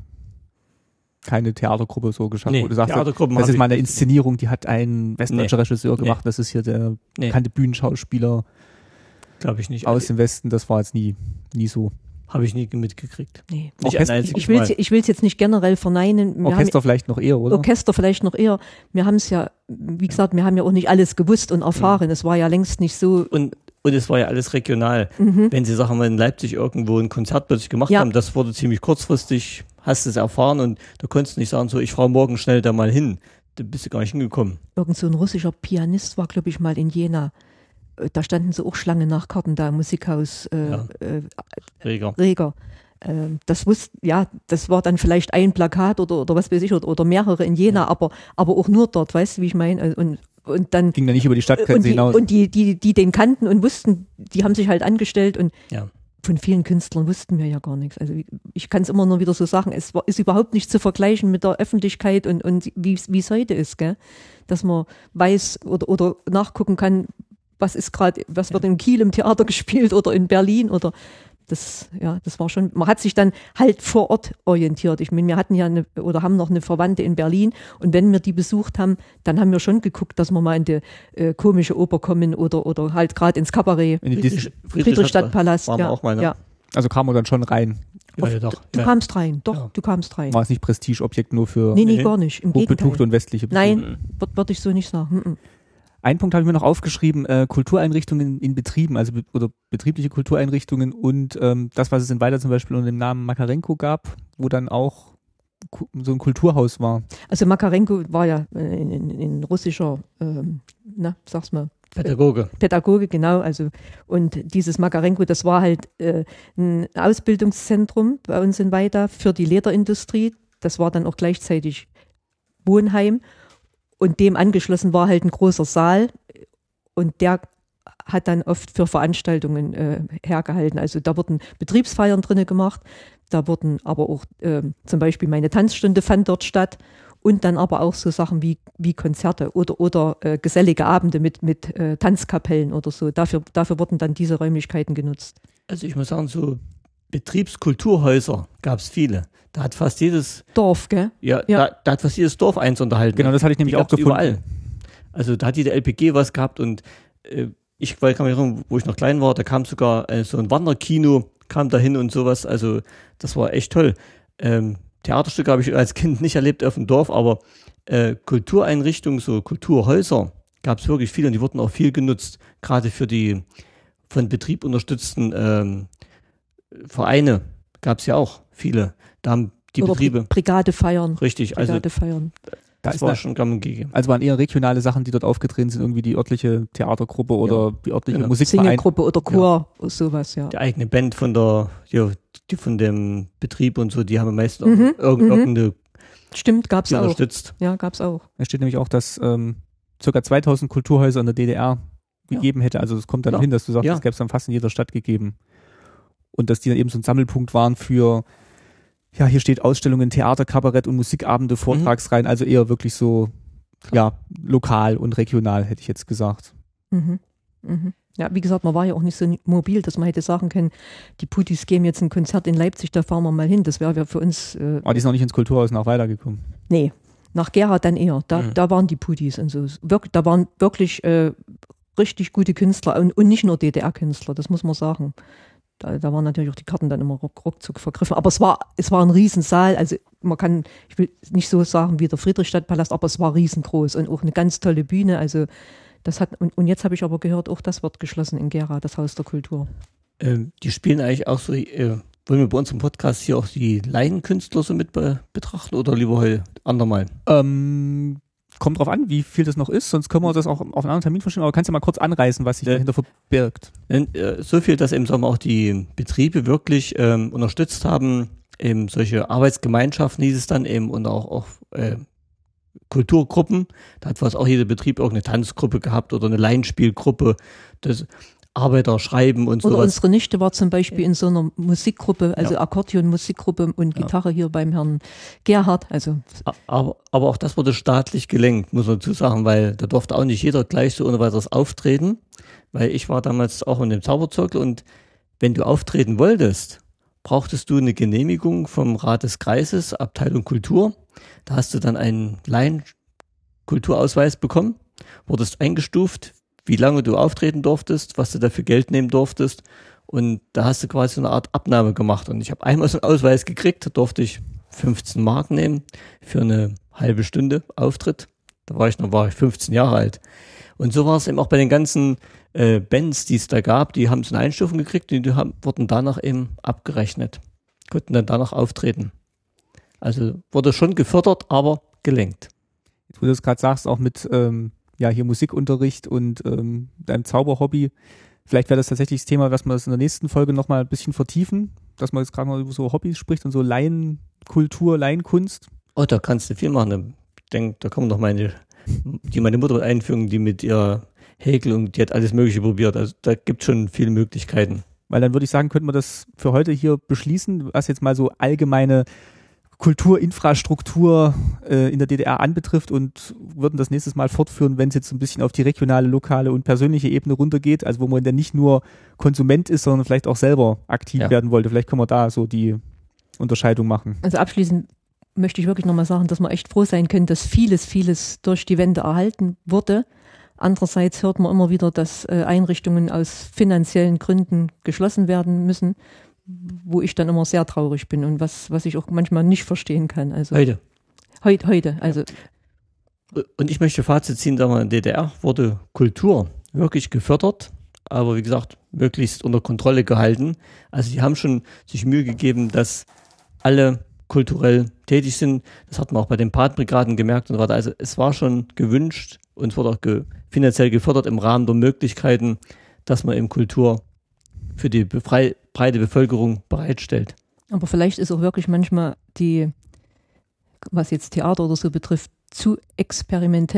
Speaker 1: keine Theatergruppe so geschafft.
Speaker 3: Nee,
Speaker 1: wo du sagst,
Speaker 3: Theatergruppen
Speaker 1: das
Speaker 3: hab
Speaker 1: ist
Speaker 3: ich-
Speaker 1: mal eine Inszenierung, die hat ein westdeutscher
Speaker 3: Nee.
Speaker 1: Regisseur
Speaker 3: Nee.
Speaker 1: gemacht, das ist hier der
Speaker 3: Nee.
Speaker 1: bekannte Bühnenschauspieler
Speaker 3: Glaube ich nicht.
Speaker 1: aus dem Westen, das war jetzt nie, nie so.
Speaker 3: Habe ich nie mitgekriegt.
Speaker 2: nee.
Speaker 3: Nicht
Speaker 1: Orchester-
Speaker 3: ein
Speaker 2: Ich,
Speaker 3: einziges
Speaker 2: ich will
Speaker 3: Mal.
Speaker 2: ich will es jetzt nicht generell verneinen. Wir
Speaker 1: Orchester vielleicht noch eher,
Speaker 2: haben,
Speaker 1: oder?
Speaker 2: Orchester vielleicht noch eher. Wir haben es ja, wie gesagt, wir haben ja auch nicht alles gewusst und erfahren. Es war ja längst nicht so.
Speaker 3: Und, und es war ja alles regional.
Speaker 2: Mhm.
Speaker 3: Wenn sie sagen wir in Leipzig irgendwo ein Konzert plötzlich gemacht
Speaker 2: Ja.
Speaker 3: haben, das wurde ziemlich kurzfristig, hast es erfahren und du konntest nicht sagen, so ich fahre morgen schnell da mal hin. Da bist du gar nicht hingekommen.
Speaker 2: Irgend so ein russischer Pianist war, glaube ich, mal in Jena. Äh, Da standen so auch Schlange nach Karten da, im Musikhaus äh,
Speaker 3: Ja.
Speaker 2: äh,
Speaker 3: Reger.
Speaker 2: Reger. Ähm, Das wusste, ja, das war dann vielleicht ein Plakat oder, oder was weiß ich, oder, oder mehrere in Jena, aber, aber auch nur dort, weißt du, wie ich meine? Und, und dann
Speaker 1: Ging da nicht über die
Speaker 2: und
Speaker 1: Stadtgrenze
Speaker 2: die,
Speaker 1: hinaus.
Speaker 2: und die, die, die den kannten und wussten, die haben sich halt angestellt und
Speaker 3: Ja.
Speaker 2: von vielen Künstlern wussten wir ja gar nichts. Also ich kann es immer nur wieder so sagen, es war, ist überhaupt nicht zu vergleichen mit der Öffentlichkeit und, und wie es heute ist, gell? Dass man weiß oder, oder nachgucken kann, was ist gerade, was wird in Kiel im Theater gespielt oder in Berlin oder das, ja, das war schon, man hat sich dann halt vor Ort orientiert. Ich meine, wir hatten ja eine, oder haben noch eine Verwandte in Berlin und wenn wir die besucht haben, dann haben wir schon geguckt, dass wir mal in die äh, komische Oper kommen oder, oder halt gerade ins Kabarett.
Speaker 1: In die Dis-
Speaker 2: Friedrichstadtpalast,
Speaker 3: waren wir
Speaker 2: ja,
Speaker 3: auch mal, ne?
Speaker 2: ja.
Speaker 1: also kam man dann schon rein.
Speaker 3: Ja, ja, doch.
Speaker 2: Du
Speaker 3: Ja.
Speaker 2: kamst rein, doch,
Speaker 3: Ja.
Speaker 2: du kamst rein.
Speaker 1: War es nicht Prestigeobjekt nur für
Speaker 2: Nee, nee,
Speaker 3: Nee.
Speaker 2: gar nicht. Im Gegenteil.
Speaker 1: hochbetuchte und westliche Besucher?
Speaker 2: Nein, würde würd ich so nicht sagen. Mhm.
Speaker 1: Einen Punkt habe ich mir noch aufgeschrieben, äh, Kultureinrichtungen in Betrieben, also be oder betriebliche Kultureinrichtungen und ähm, das, was es in Weida zum Beispiel unter dem Namen Makarenko gab, wo dann auch ku- so ein Kulturhaus war.
Speaker 2: Also Makarenko war ja ein, ein, ein russischer, ähm, na, sag's mal,
Speaker 3: Pädagoge.
Speaker 2: Pädagoge, genau. Also und dieses Makarenko, das war halt äh, ein Ausbildungszentrum bei uns in Weida für die Lederindustrie. Das war dann auch gleichzeitig Wohnheim und dem angeschlossen war halt ein großer Saal und der hat dann oft für Veranstaltungen äh, hergehalten. Also da wurden Betriebsfeiern drinne gemacht, da wurden aber auch äh, zum Beispiel meine Tanzstunde fand dort statt und dann aber auch so Sachen wie, wie Konzerte oder, oder äh, gesellige Abende mit, mit äh, Tanzkapellen oder so. Dafür, dafür wurden dann diese Räumlichkeiten genutzt.
Speaker 3: Also ich muss sagen, so Betriebskulturhäuser gab es viele. Da hat fast jedes
Speaker 2: Dorf, gell?
Speaker 3: Ja,
Speaker 2: Ja.
Speaker 3: Da, da hat fast jedes Dorf eins unterhalten.
Speaker 1: Genau, das hatte ich nämlich
Speaker 3: Die
Speaker 1: auch
Speaker 3: gab's
Speaker 1: gefunden.
Speaker 3: überall. Also da hat jede L P G was gehabt und äh, ich weil kann mich erinnern, wo ich noch klein war, da kam sogar äh, so ein Wanderkino, kam da hin und sowas. Also das war echt toll. Ähm, Theaterstücke habe ich als Kind nicht erlebt auf dem Dorf, aber äh, Kultureinrichtungen, so Kulturhäuser gab es wirklich viele und die wurden auch viel genutzt. Gerade für die von Betrieb unterstützten ähm, Vereine gab es ja auch viele. Da haben die
Speaker 2: oder
Speaker 3: Betriebe.
Speaker 2: Brigadefeiern.
Speaker 3: Richtig, also
Speaker 2: Brigadefeiern.
Speaker 1: Da
Speaker 3: das
Speaker 1: ist
Speaker 3: war
Speaker 1: eine,
Speaker 3: schon gang und gäbe.
Speaker 1: also waren eher regionale Sachen, die dort aufgetreten sind, irgendwie die örtliche Theatergruppe oder die örtliche
Speaker 3: Genau.
Speaker 1: Musikverein.
Speaker 2: Singergruppe oder Chor, sowas, ja.
Speaker 3: Die eigene Band von der, ja, die von dem Betrieb und so, die haben meistens
Speaker 2: Mhm,
Speaker 3: auch irg
Speaker 2: mhm.
Speaker 3: irgendeine
Speaker 2: Stimmt, gab's
Speaker 3: die
Speaker 2: auch.
Speaker 3: unterstützt.
Speaker 2: Ja, gab's auch.
Speaker 1: Da steht nämlich auch, dass ähm, ca. zweitausend Kulturhäuser in der D D R gegeben hätte. Also es kommt dann
Speaker 3: Ja.
Speaker 1: hin, dass du sagst,
Speaker 3: Ja.
Speaker 1: das gäbe es dann fast in jeder Stadt gegeben. Und dass die dann eben so ein Sammelpunkt waren für, ja, hier steht Ausstellungen, Theater, Kabarett und Musikabende, Vortragsreihen, also eher wirklich so, ja, lokal und regional, hätte ich jetzt gesagt.
Speaker 2: Mhm. Mhm. Ja, wie gesagt, man war ja auch nicht so mobil, dass man hätte sagen können, die Putis geben jetzt ein Konzert in Leipzig, da fahren wir mal hin. Das wäre ja für uns, äh,
Speaker 1: Aber die sind noch nicht ins Kulturhaus nach weitergekommen.
Speaker 2: nee, nach Gera dann eher. Da,
Speaker 3: Mhm.
Speaker 2: da waren die Putis und so. Wirk, da waren wirklich äh, richtig gute Künstler und, und nicht nur D D R-Künstler, das muss man sagen. Da, da waren natürlich auch die Karten dann immer ruck, ruckzuck vergriffen. Aber es war, es war ein Riesensaal. Also man kann, ich will nicht so sagen wie der Friedrichstadtpalast, aber es war riesengroß und auch eine ganz tolle Bühne. Also das hat, und, und jetzt habe ich aber gehört, auch das wird geschlossen in Gera, das Haus der Kultur.
Speaker 3: Ähm, die spielen eigentlich auch so, äh, wollen wir bei uns im Podcast hier auch die Laienkünstler so mit be betrachten oder lieber heute andermal?
Speaker 1: Ähm, kommt drauf an, wie viel das noch ist, sonst können wir das auch auf einen anderen Termin verschieben, aber kannst du mal kurz anreißen, was sich
Speaker 3: Ja.
Speaker 1: dahinter verbirgt.
Speaker 3: Denn, äh, so viel, dass eben sagen wir, auch die Betriebe wirklich ähm, unterstützt haben, eben solche Arbeitsgemeinschaften hieß es dann eben und auch, auch äh, Kulturgruppen. Da hat fast auch jeder Betrieb irgendeine Tanzgruppe gehabt oder eine Laienspielgruppe, das Arbeiter schreiben und
Speaker 2: Oder
Speaker 3: sowas.
Speaker 2: unsere Nichte war zum Beispiel in so einer Musikgruppe, also
Speaker 3: Ja.
Speaker 2: Akkordeon-Musikgruppe und
Speaker 1: Ja.
Speaker 2: Gitarre hier beim Herrn Gerhard. Also
Speaker 3: Aber, aber auch das wurde staatlich gelenkt, muss man dazu sagen, weil da durfte auch nicht jeder gleich so ohne weiteres auftreten, weil ich war damals auch in dem Zauberzirkel und wenn du auftreten wolltest, brauchtest du eine Genehmigung vom Rat des Kreises, Abteilung Kultur. Da hast du dann einen Laien-Kulturausweis bekommen, wurdest eingestuft, wie lange du auftreten durftest, was du dafür Geld nehmen durftest und da hast du quasi so eine Art Abnahme gemacht und ich habe einmal so einen Ausweis gekriegt, da durfte ich fünfzehn Mark nehmen für eine halbe Stunde Auftritt. Da war ich noch, war ich fünfzehn Jahre alt. Und so war es eben auch bei den ganzen äh, Bands, die es da gab, die haben so eine Einstufung gekriegt und die haben, wurden danach eben abgerechnet, konnten dann danach auftreten. Also wurde schon gefördert, aber gelenkt.
Speaker 1: Jetzt, wo du das gerade sagst, auch mit ähm, ja hier Musikunterricht und ähm, deinem Zauberhobby, vielleicht wäre das tatsächlich das Thema, was wir das in der nächsten Folge nochmal ein bisschen vertiefen, dass man jetzt gerade mal über so Hobbys spricht und so Laienkultur, Laienkunst.
Speaker 3: Oh, da kannst du viel machen. Ich denke, da kommen noch meine, die meine Mutter einführen, die mit ihr Häkel und die hat alles Mögliche probiert. Also da gibt es schon viele Möglichkeiten.
Speaker 1: Weil dann würde ich sagen, könnten wir das für heute hier beschließen, was jetzt mal so allgemeine Kulturinfrastruktur äh, in der D D R anbetrifft und würden das nächstes Mal fortführen, wenn es jetzt ein bisschen auf die regionale, lokale und persönliche Ebene runtergeht, also wo man dann nicht nur Konsument ist, sondern vielleicht auch selber aktiv
Speaker 3: Ja.
Speaker 1: werden wollte. Vielleicht können wir da so die Unterscheidung machen.
Speaker 2: Also abschließend möchte ich wirklich nochmal sagen, dass wir echt froh sein können, dass vieles, vieles durch die Wende erhalten wurde. Andererseits hört man immer wieder, dass äh, Einrichtungen aus finanziellen Gründen geschlossen werden müssen, wo ich dann immer sehr traurig bin und was, was ich auch manchmal nicht verstehen kann. Also
Speaker 3: Heute.
Speaker 2: Heut, heute, also
Speaker 3: Und ich möchte Fazit ziehen, da in der D D R wurde Kultur wirklich gefördert, aber wie gesagt, möglichst unter Kontrolle gehalten. Also die haben schon sich Mühe gegeben, dass alle kulturell tätig sind. Das hat man auch bei den Patenbrigaden gemerkt und so weiter. Also es war schon gewünscht und es wurde auch ge finanziell gefördert im Rahmen der Möglichkeiten, dass man eben Kultur für die befrei breite Bevölkerung bereitstellt.
Speaker 2: aber vielleicht ist auch wirklich manchmal die, was jetzt Theater oder so betrifft, zu experimentell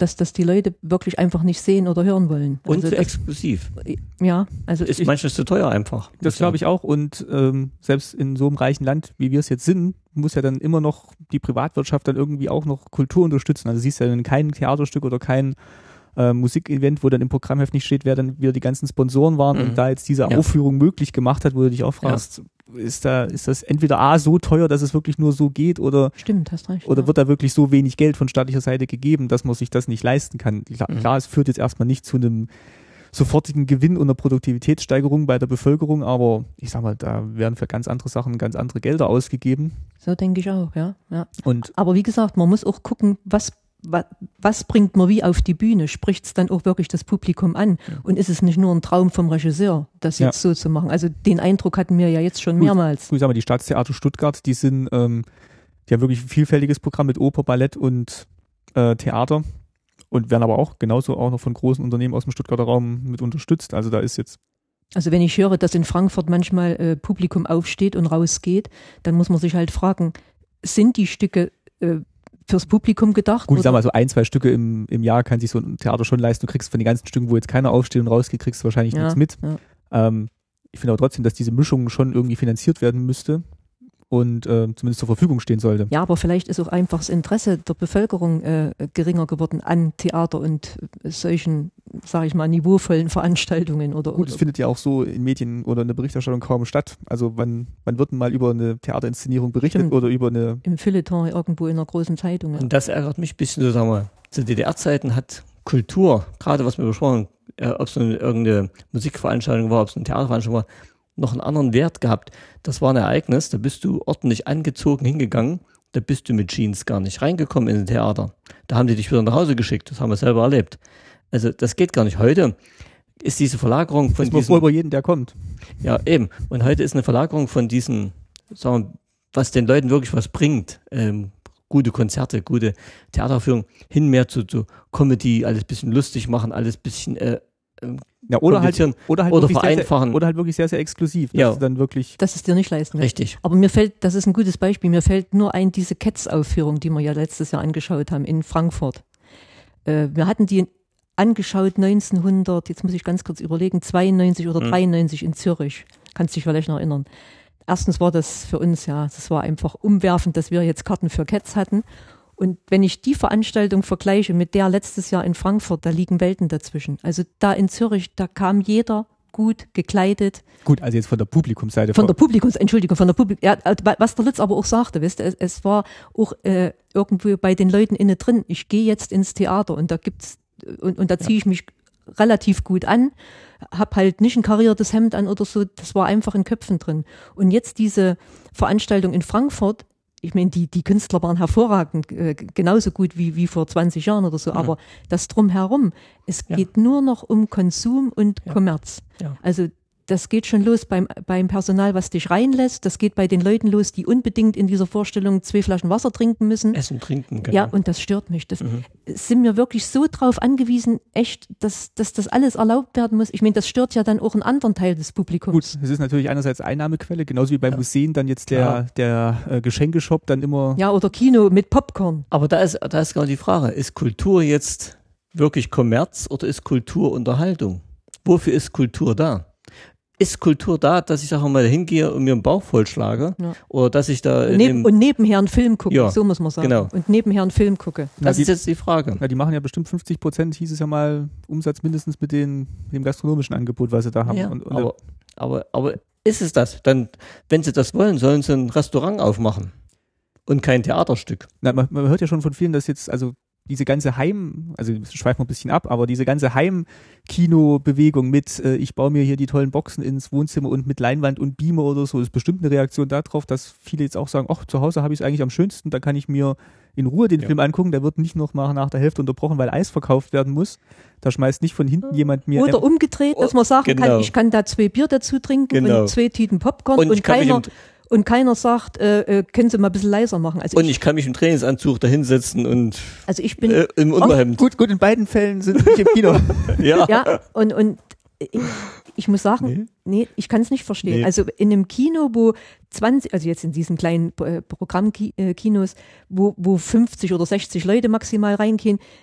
Speaker 2: dass das die Leute wirklich einfach nicht sehen oder hören wollen.
Speaker 3: Und
Speaker 2: also
Speaker 3: zu
Speaker 2: das,
Speaker 3: exklusiv.
Speaker 2: Ja, also
Speaker 3: Ist
Speaker 2: ich,
Speaker 3: manchmal zu teuer einfach.
Speaker 1: Das glaube ich auch. Und ähm, selbst in so einem reichen Land, wie wir es jetzt sind, muss ja dann immer noch die Privatwirtschaft dann irgendwie auch noch Kultur unterstützen. Also siehst du ja dann kein Theaterstück oder kein äh, Musikevent, wo dann im Programmheft nicht steht, wer dann wieder die ganzen Sponsoren waren
Speaker 3: Mhm.
Speaker 1: und da jetzt diese
Speaker 3: Ja.
Speaker 1: Aufführung möglich gemacht hat, wo du dich auch fragst, ist da, ist das entweder A so teuer, dass es wirklich nur so geht, oder
Speaker 2: stimmt, hast recht.
Speaker 1: Oder
Speaker 2: ja.
Speaker 1: wird da wirklich so wenig Geld von staatlicher Seite gegeben, dass man sich das nicht leisten kann? Klar,
Speaker 3: Mhm.
Speaker 1: klar, es führt jetzt erstmal nicht zu einem sofortigen Gewinn und einer Produktivitätssteigerung bei der Bevölkerung, aber ich sag mal, da werden für ganz andere Sachen ganz andere Gelder ausgegeben.
Speaker 2: So denke ich auch, ja, ja.
Speaker 1: Und
Speaker 2: Aber wie gesagt, man muss auch gucken, was, was, was bringt man wie auf die Bühne? Spricht es dann auch wirklich das Publikum an?
Speaker 3: Ja.
Speaker 2: Und ist es nicht nur ein Traum vom Regisseur, das
Speaker 1: Ja.
Speaker 2: jetzt so zu machen? Also den Eindruck hatten wir ja jetzt schon
Speaker 1: Gut.
Speaker 2: mehrmals.
Speaker 1: ich sag mal, die Staatstheater Stuttgart, die sind, ähm, die haben wirklich ein vielfältiges Programm mit Oper, Ballett und äh, Theater und werden aber auch genauso auch noch von großen Unternehmen aus dem Stuttgarter Raum mit unterstützt. Also da ist jetzt
Speaker 2: Also wenn ich höre, dass in Frankfurt manchmal äh, Publikum aufsteht und rausgeht, dann muss man sich halt fragen, sind die Stücke äh, fürs Publikum gedacht?
Speaker 1: Gut, ich sag
Speaker 2: oder-
Speaker 1: mal, so ein, zwei Stücke im, im Jahr kann sich so ein Theater schon leisten. Du kriegst von den ganzen Stücken, wo jetzt keiner aufsteht und rausgeht, kriegst du wahrscheinlich
Speaker 2: Ja,
Speaker 1: nichts mit.
Speaker 2: ja.
Speaker 1: Ähm, ich finde aber trotzdem, dass diese Mischung schon irgendwie finanziert werden müsste und äh, zumindest zur Verfügung stehen sollte.
Speaker 2: Ja, aber vielleicht ist auch einfach das Interesse der Bevölkerung äh, geringer geworden an Theater und äh, solchen, sage ich mal, niveauvollen Veranstaltungen. Oder,
Speaker 1: Gut, es
Speaker 2: oder
Speaker 1: findet ja auch so in Medien oder in der Berichterstattung kaum statt. Also wann, wann wird denn mal über eine Theaterinszenierung berichtet
Speaker 2: Stimmt.
Speaker 1: oder über eine...
Speaker 2: im Feuilleton irgendwo in einer großen Zeitung. Ja.
Speaker 3: Und das ärgert mich ein bisschen, so sagen wir, zu D D R-Zeiten hat Kultur, gerade was wir besprochen, äh, ob es eine, irgendeine Musikveranstaltung war, ob es eine Theaterveranstaltung war, noch einen anderen Wert gehabt. Das war ein Ereignis, da bist du ordentlich angezogen hingegangen, da bist du mit Jeans gar nicht reingekommen in ein Theater. Da haben die dich wieder nach Hause geschickt, das haben wir selber erlebt. Also das geht gar nicht. Heute ist diese Verlagerung von
Speaker 1: Das ist
Speaker 3: diesem...
Speaker 1: wohl über jeden, der kommt.
Speaker 3: Ja, eben. Und heute ist eine Verlagerung von diesen, sagen wir, was den Leuten wirklich was bringt, ähm, gute Konzerte, gute Theateraufführungen, hin mehr zu, zu Comedy, alles bisschen lustig machen, alles bisschen äh, ähm,
Speaker 1: Ja, oder halt,
Speaker 3: komplizieren
Speaker 1: oder halt
Speaker 3: oder
Speaker 1: wirklich sehr, sehr,
Speaker 3: vereinfachen.
Speaker 1: oder halt wirklich sehr, sehr exklusiv. Dass
Speaker 3: Ja.
Speaker 1: du dann wirklich...
Speaker 2: Dass es dir nicht leisten kannst.
Speaker 3: Richtig.
Speaker 2: Aber mir fällt, das ist ein gutes Beispiel, mir fällt nur ein, diese Cats-Aufführung, die wir ja letztes Jahr angeschaut haben in Frankfurt. Äh, wir hatten die angeschaut neunzehnhundert, jetzt muss ich ganz kurz überlegen, zweiundneunzig oder
Speaker 3: Mhm.
Speaker 2: dreiundneunzig in Zürich. Kannst dich vielleicht noch erinnern. Erstens war das für uns ja, das war einfach umwerfend, dass wir jetzt Karten für Cats hatten. Und wenn ich die Veranstaltung vergleiche mit der letztes Jahr in Frankfurt, da liegen Welten dazwischen. Also da in Zürich, da kam jeder gut gekleidet.
Speaker 1: Gut, also jetzt von der Publikumsseite.
Speaker 2: Von der Publikums, Entschuldigung, von der Publikum, ja, was der Lutz aber auch sagte, wisst ihr, es, es war auch äh, irgendwo bei den Leuten innen drin, ich gehe jetzt ins Theater und da gibt's, und, und da ziehe ich mich relativ gut an, hab halt nicht ein kariertes Hemd an oder so, das war einfach in Köpfen drin. Und jetzt diese Veranstaltung in Frankfurt, ich meine, die, die Künstler waren hervorragend, äh, genauso gut wie, wie vor zwanzig Jahren oder so,
Speaker 3: Mhm.
Speaker 2: aber das Drumherum, es
Speaker 3: Ja.
Speaker 2: geht nur noch um Konsum und
Speaker 3: Ja.
Speaker 2: Kommerz.
Speaker 3: Ja.
Speaker 2: Also das geht schon los beim, beim Personal, was dich reinlässt, das geht bei den Leuten los, die unbedingt in dieser Vorstellung zwei Flaschen Wasser trinken müssen.
Speaker 3: Essen, trinken. Genau.
Speaker 2: Ja, und das stört mich. Das
Speaker 3: Mhm.
Speaker 2: sind wir wirklich so drauf angewiesen, echt, dass, dass das alles erlaubt werden muss. Ich meine, das stört ja dann auch einen anderen Teil des Publikums.
Speaker 1: Gut, es ist natürlich einerseits Einnahmequelle, genauso wie bei
Speaker 3: Ja.
Speaker 1: Museen dann jetzt der,
Speaker 3: Ja.
Speaker 1: der äh, Geschenkeshop dann immer...
Speaker 2: Ja, oder Kino mit Popcorn.
Speaker 3: Aber da ist, da ist genau die Frage, ist Kultur jetzt wirklich Kommerz oder ist Kultur Unterhaltung? Wofür ist Kultur da? Ist Kultur da, dass ich sag mal hingehe und mir einen Bauch vollschlage?
Speaker 2: Ja.
Speaker 3: Oder dass ich da in
Speaker 2: Neben,
Speaker 3: dem,
Speaker 2: und nebenher einen Film gucke,
Speaker 3: Ja,
Speaker 2: so muss man sagen.
Speaker 3: genau.
Speaker 2: Und nebenher einen Film gucke.
Speaker 1: Na,
Speaker 3: das
Speaker 1: die,
Speaker 3: ist jetzt die Frage.
Speaker 1: na, die machen ja bestimmt fünfzig Prozent, hieß es ja mal, Umsatz mindestens mit, den, mit dem gastronomischen Angebot, was sie da haben.
Speaker 3: Ja,
Speaker 1: und, und
Speaker 3: aber, aber, aber ist es das? Dann, wenn sie das wollen, sollen sie ein Restaurant aufmachen und kein Theaterstück.
Speaker 1: Na, man, man hört ja schon von vielen, dass jetzt, also diese ganze Heim, also wir schweifen ein bisschen ab, aber diese ganze Heim-Kino-Bewegung mit, äh, ich baue mir hier die tollen Boxen ins Wohnzimmer und mit Leinwand und Beamer oder so, ist bestimmt eine Reaktion darauf, dass viele jetzt auch sagen, ach, zu Hause habe ich es eigentlich am schönsten, da kann ich mir in Ruhe den
Speaker 3: Ja.
Speaker 1: Film angucken, der wird nicht noch mal nach der Hälfte unterbrochen, weil Eis verkauft werden muss. Da schmeißt nicht von hinten jemand mir...
Speaker 2: Oder umgedreht, dass man sagen
Speaker 3: Genau.
Speaker 2: kann, ich kann da zwei Bier dazu trinken
Speaker 3: Genau.
Speaker 2: und zwei Tüten Popcorn
Speaker 3: Und
Speaker 2: und,
Speaker 3: ich kann mich
Speaker 2: keiner,
Speaker 3: im-
Speaker 2: und keiner sagt, äh, äh, können Sie mal ein bisschen leiser machen. Also
Speaker 3: Und
Speaker 2: ich,
Speaker 3: ich kann mich im Trainingsanzug da hinsetzen und
Speaker 2: also ich bin,
Speaker 3: äh, im Unterhemd.
Speaker 1: Gut, gut, in beiden Fällen sind wir nicht im Kino.
Speaker 3: Ja.
Speaker 2: ja, und, und ich, ich muss sagen,
Speaker 3: Nee.
Speaker 2: nee, ich kann es nicht verstehen.
Speaker 3: Nee.
Speaker 2: Also in einem Kino, wo zwanzig, also jetzt in diesen kleinen äh, Programmkinos, wo, wo fünfzig oder sechzig Leute maximal reingehen,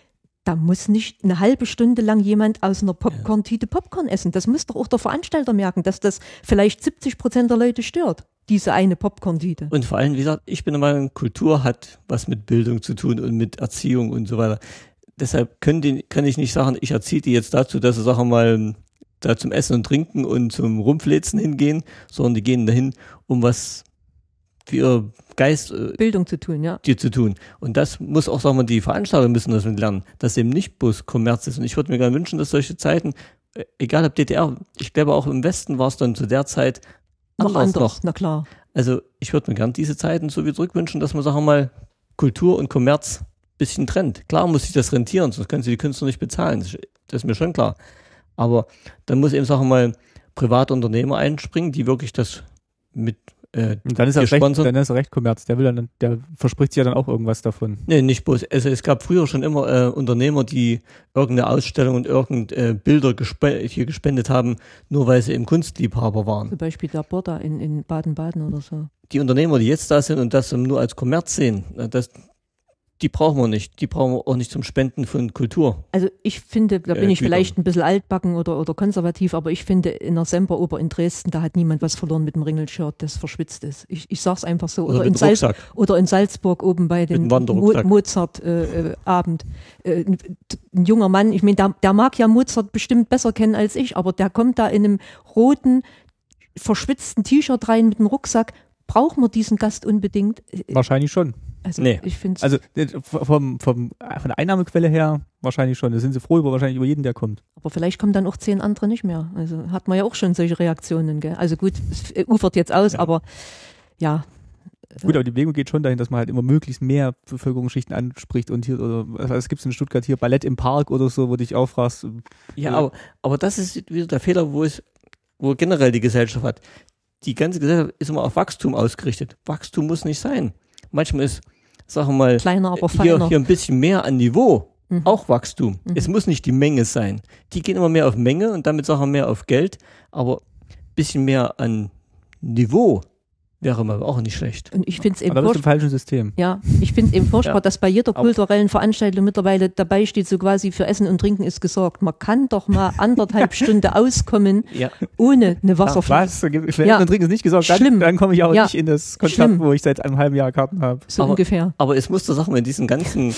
Speaker 2: da muss nicht eine halbe Stunde lang jemand aus einer Popcorn-Tüte Popcorn essen. Das muss doch auch der Veranstalter merken, dass das vielleicht siebzig Prozent der Leute stört, diese eine Popcorn-Tüte.
Speaker 3: Und vor allem, wie gesagt, ich bin der Meinung, Kultur hat was mit Bildung zu tun und mit Erziehung und so weiter. Deshalb können die, kann ich nicht sagen, ich erziehe die jetzt dazu, dass sie, sagen wir mal, da zum Essen und Trinken und zum Rumpfläzen hingehen, sondern die gehen dahin, um was für ihr Geist äh,
Speaker 2: Bildung zu tun, ja.
Speaker 3: Die zu tun. Und das muss auch, sagen wir, die Veranstalter müssen das lernen, dass eben nicht bloß Kommerz ist. Und ich würde mir gerne wünschen, dass solche Zeiten, äh, egal ob D D R, ich glaube auch im Westen war es dann zu der Zeit
Speaker 2: noch
Speaker 3: anders
Speaker 2: anders,
Speaker 3: noch.
Speaker 2: na klar.
Speaker 3: Also ich würde mir gerne diese Zeiten so wie zurückwünschen, dass man, sagen wir mal, Kultur und Kommerz ein bisschen trennt. Klar muss sich das rentieren, sonst können sie die Künstler nicht bezahlen. Das ist mir schon klar. Aber dann muss eben, sagen wir mal, Privatunternehmer einspringen, die wirklich das mit Äh,
Speaker 1: und dann ist er recht, dann ist er recht Kommerz. Der will dann, der verspricht sich ja dann auch irgendwas davon.
Speaker 3: Nee, nicht bloß. Also es gab früher schon immer äh, Unternehmer, die irgendeine Ausstellung und irgendeine äh, Bilder gespe- hier gespendet haben, nur weil sie eben Kunstliebhaber waren.
Speaker 2: Zum Beispiel der Borda in, in Baden-Baden oder so.
Speaker 3: Die Unternehmer, die jetzt da sind und das nur als Kommerz sehen, das, die brauchen wir nicht. Die brauchen wir auch nicht zum Spenden von Kultur.
Speaker 2: Also ich finde, da bin
Speaker 3: äh,
Speaker 2: ich vielleicht ein bisschen altbacken oder, oder konservativ, aber ich finde, in der Semperoper in Dresden, da hat niemand was verloren mit dem Ringelshirt, das verschwitzt ist. Ich, ich sag's einfach so. Oder,
Speaker 3: Oder,
Speaker 2: in,
Speaker 3: mit
Speaker 2: Salz,
Speaker 3: Rucksack.
Speaker 2: oder in Salzburg oben bei dem
Speaker 3: Mit dem
Speaker 2: Mo- Mozart-Abend. Äh, äh, ein, ein junger Mann, ich meine, der, der mag ja Mozart bestimmt besser kennen als ich, aber der kommt da in einem roten, verschwitzten T-Shirt rein mit einem Rucksack. Brauchen wir diesen Gast unbedingt?
Speaker 1: Wahrscheinlich schon.
Speaker 2: Also
Speaker 3: Nee.
Speaker 2: ich finde
Speaker 1: Also äh, vom, vom, von der Einnahmequelle her wahrscheinlich schon. Da sind sie froh über wahrscheinlich über jeden, der kommt.
Speaker 2: aber vielleicht kommen dann auch zehn andere nicht mehr. Also hat man ja auch schon solche Reaktionen, gell? Also gut, es ufert jetzt aus,
Speaker 1: Ja.
Speaker 2: aber ja.
Speaker 1: Gut, aber die Bewegung geht schon dahin, dass man halt immer möglichst mehr Bevölkerungsschichten anspricht und hier, oder was gibt es in Stuttgart hier, Ballett im Park oder so, wo du dich auch fragst.
Speaker 3: Ja, aber, aber das ist wieder der Fehler, wo es, wo generell die Gesellschaft hat. Die ganze Gesellschaft ist immer auf Wachstum ausgerichtet. Wachstum muss nicht sein. Manchmal ist, sagen wir mal,
Speaker 2: Kleiner, aber
Speaker 3: hier,
Speaker 2: feiner.
Speaker 3: hier ein bisschen mehr an Niveau.
Speaker 2: Mhm.
Speaker 3: Auch Wachstum.
Speaker 2: Mhm.
Speaker 3: Es muss nicht die Menge sein. Die gehen immer mehr auf Menge und damit sagen wir mehr auf Geld. Aber ein bisschen mehr an Niveau wäre mal auch nicht schlecht.
Speaker 2: Und ich finde es eben
Speaker 1: Aber da bist du im
Speaker 2: furchtbar,
Speaker 1: falschen System.
Speaker 2: ja, ich finde eben furchtbar,
Speaker 3: Ja.
Speaker 2: dass bei jeder
Speaker 3: Aber-
Speaker 2: kulturellen Veranstaltung mittlerweile dabei steht, so quasi für Essen und Trinken ist gesorgt. Man kann doch mal anderthalb Stunden auskommen,
Speaker 3: Ja.
Speaker 2: ohne eine Wasserflasche.
Speaker 1: Was? Für Essen
Speaker 2: Ja.
Speaker 1: und Trinken ist nicht gesorgt. Dann,
Speaker 2: Schlimm.
Speaker 1: dann komme ich auch
Speaker 2: Ja.
Speaker 1: nicht in das Konzert,
Speaker 2: Schlimm.
Speaker 1: wo ich seit einem halben Jahr Karten habe.
Speaker 2: So
Speaker 3: Aber-
Speaker 2: ungefähr.
Speaker 3: Aber es muss doch, sagen wir, in diesem ganzen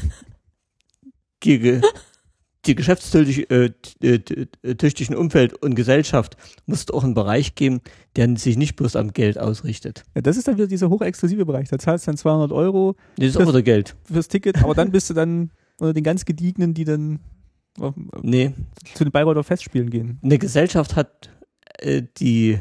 Speaker 3: die, die geschäftstüchtigen äh, t- t- tüchtigen Umfeld und Gesellschaft muss es auch einen Bereich geben, der sich nicht bloß am Geld ausrichtet.
Speaker 1: Ja, das ist dann wieder dieser hochexklusive Bereich. Da zahlst du dann zweihundert Euro
Speaker 3: Das ist
Speaker 1: Das-
Speaker 3: auch wieder Geld.
Speaker 1: fürs Ticket, aber dann bist du dann unter den ganz Gediegenen, die dann auf,
Speaker 3: Nee,
Speaker 1: zu den Bayreuther Festspielen gehen.
Speaker 3: eine Gesellschaft hat äh, die,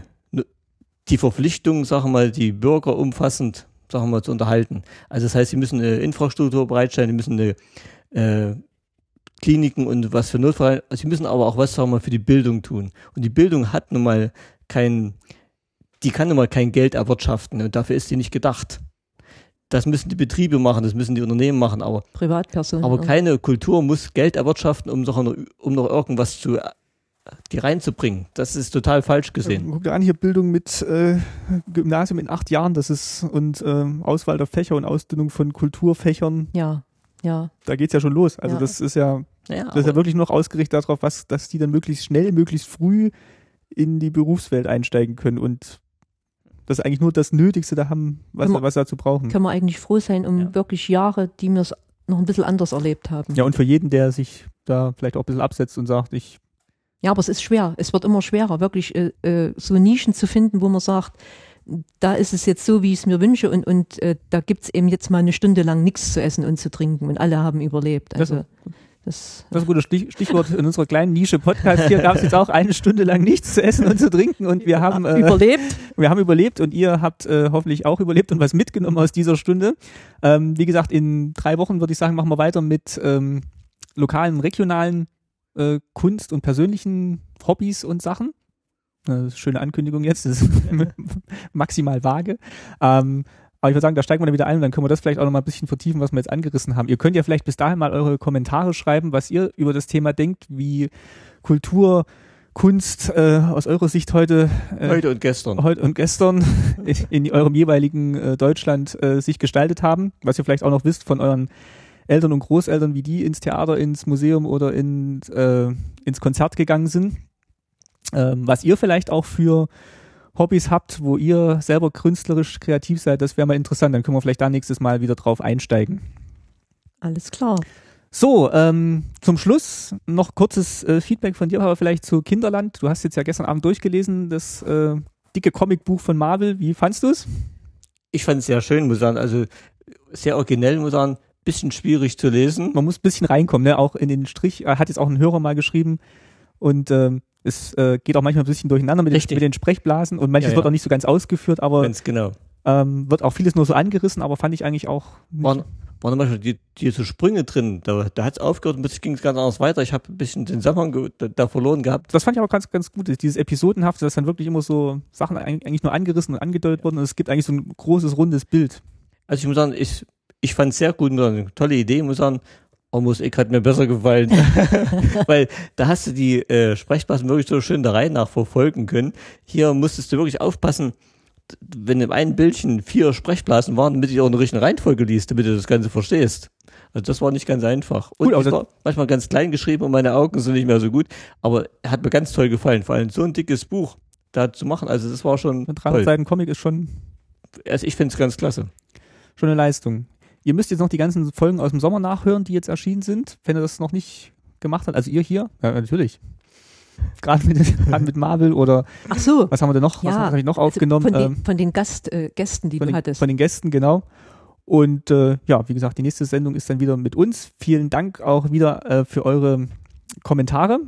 Speaker 3: die Verpflichtung, sagen wir mal, die Bürger umfassend, sagen wir mal, zu unterhalten. Also das heißt, sie müssen eine Infrastruktur bereitstellen, sie müssen eine äh, Kliniken und was für Notfall, also sie müssen aber auch was, sagen wir mal, für die Bildung tun. Und die Bildung hat nun mal kein, die kann nun mal kein Geld erwirtschaften und dafür ist sie nicht gedacht. Das müssen die Betriebe machen, das müssen die Unternehmen machen, aber,
Speaker 2: Privatpersonen.
Speaker 3: aber
Speaker 2: auch.
Speaker 3: keine Kultur muss Geld erwirtschaften, um noch, um noch irgendwas zu, die reinzubringen. Das ist total falsch gesehen.
Speaker 1: Guck dir an, hier Bildung mit äh, Gymnasium in acht Jahren, das ist, und ähm, Auswahl der Fächer und Ausdünnung von Kulturfächern,
Speaker 2: Ja, ja.
Speaker 1: da geht's ja schon los. Also
Speaker 2: Ja.
Speaker 1: das ist ja,
Speaker 3: Ja,
Speaker 1: das ist ja
Speaker 3: aber,
Speaker 1: wirklich noch ausgerichtet darauf, was, dass die dann möglichst schnell, möglichst früh in die Berufswelt einsteigen können und das eigentlich nur das Nötigste da haben, was,
Speaker 2: Können wir-
Speaker 1: was sie dazu brauchen.
Speaker 2: Können wir eigentlich froh sein um
Speaker 3: Ja.
Speaker 2: wirklich Jahre, die wir es noch ein bisschen anders erlebt haben.
Speaker 1: Ja, und für jeden, der sich da vielleicht auch ein bisschen absetzt und sagt, ich,
Speaker 2: Ja, aber es ist schwer. Es wird immer schwerer, wirklich äh, äh, so Nischen zu finden, wo man sagt, da ist es jetzt so, wie ich es mir wünsche und, und äh, da gibt es eben jetzt mal eine Stunde lang nichts zu essen und zu trinken und alle haben überlebt.
Speaker 1: Das-
Speaker 2: Also das,
Speaker 1: das ist ein gutes Stich, Stichwort in unserer kleinen Nische Podcast. Hier gab es jetzt auch eine Stunde lang nichts zu essen und zu trinken und wir haben, äh,
Speaker 2: überlebt.
Speaker 1: wir haben überlebt und ihr habt äh, hoffentlich auch überlebt und was mitgenommen aus dieser Stunde. Ähm, wie gesagt, in drei Wochen würde ich sagen, machen wir weiter mit ähm, lokalen, regionalen äh, Kunst- und persönlichen Hobbys und Sachen. Äh, Das ist eine schöne Ankündigung jetzt, das ist maximal vage. Ähm, aber ich würde sagen, da steigen wir dann wieder ein und dann können wir das vielleicht auch noch mal ein bisschen vertiefen, was wir jetzt angerissen haben. Ihr könnt ja vielleicht bis dahin mal eure Kommentare schreiben, was ihr über das Thema denkt, wie Kultur, Kunst äh, aus eurer Sicht heute, äh,
Speaker 3: heute und gestern.
Speaker 1: heute und gestern in, in eurem jeweiligen äh, Deutschland äh, sich gestaltet haben, was ihr vielleicht auch noch wisst von euren Eltern und Großeltern, wie die ins Theater, ins Museum oder in, äh, ins Konzert gegangen sind. Ähm, was ihr vielleicht auch für Hobbys habt, wo ihr selber künstlerisch kreativ seid, das wäre mal interessant. Dann können wir vielleicht da nächstes Mal wieder drauf einsteigen.
Speaker 2: Alles klar.
Speaker 1: So, ähm, zum Schluss noch kurzes äh, Feedback von dir, aber vielleicht zu Kinderland. Du hast jetzt ja gestern Abend durchgelesen, das äh, dicke Comicbuch von Marvel. Wie fandst du es?
Speaker 3: Ich fand es sehr schön, muss ich sagen. Also sehr originell, muss ich sagen. Bisschen schwierig zu lesen.
Speaker 1: Man muss ein bisschen reinkommen, ne? Auch in den Strich. Äh, hat jetzt auch ein Hörer mal geschrieben. Und ähm, es äh, geht auch manchmal ein bisschen durcheinander mit den, mit den Sprechblasen. Und manches ja, ja. wird auch nicht so ganz ausgeführt, aber
Speaker 3: ganz genau.
Speaker 1: ähm, wird auch vieles nur so angerissen, aber fand ich eigentlich auch nicht.
Speaker 3: Waren, waren manchmal die, die so Sprünge drin. Da, da hat es aufgehört und plötzlich ging es ganz anders weiter. Ich habe ein bisschen den Zusammenhang da, da verloren gehabt.
Speaker 1: Das fand ich aber ganz, ganz gut. Dieses Episodenhafte, dass dann wirklich immer so Sachen eigentlich nur angerissen und angedeutet wurden. Und es gibt eigentlich so ein großes, rundes Bild.
Speaker 3: Also ich muss sagen, ich, ich fand es sehr gut. Eine tolle Idee, muss sagen. Almost Egg hat mir besser gefallen. Weil da hast du die äh, Sprechblasen wirklich so schön der Reihe nach verfolgen können. Hier musstest du wirklich aufpassen, wenn im einen Bildchen vier Sprechblasen waren, damit ich auch eine richtige Reihenfolge liest, damit du das Ganze verstehst. Also das war nicht ganz einfach. Und gut, es war manchmal ganz klein geschrieben und meine Augen sind nicht mehr so gut. Aber er hat mir ganz toll gefallen. Vor allem so ein dickes Buch da zu machen. Also das war schon
Speaker 1: dreihundert Seiten Comic ist schon...
Speaker 3: Also ich finde es ganz klasse.
Speaker 1: Schon eine Leistung. Ihr müsst jetzt noch die ganzen Folgen aus dem Sommer nachhören, die jetzt erschienen sind, wenn ihr das noch nicht gemacht habt. Also ihr hier? Ja, natürlich. Gerade mit, mit Marvel oder
Speaker 2: Ach so.
Speaker 1: Was haben wir denn noch?
Speaker 2: Ja,
Speaker 1: was habe ich noch aufgenommen?
Speaker 2: Von den, von den Gast, äh, Gästen, die
Speaker 1: von
Speaker 2: du
Speaker 1: den,
Speaker 2: hattest.
Speaker 1: Von den Gästen, genau. Und äh, ja, wie gesagt, die nächste Sendung ist dann wieder mit uns. Vielen Dank auch wieder äh, für eure Kommentare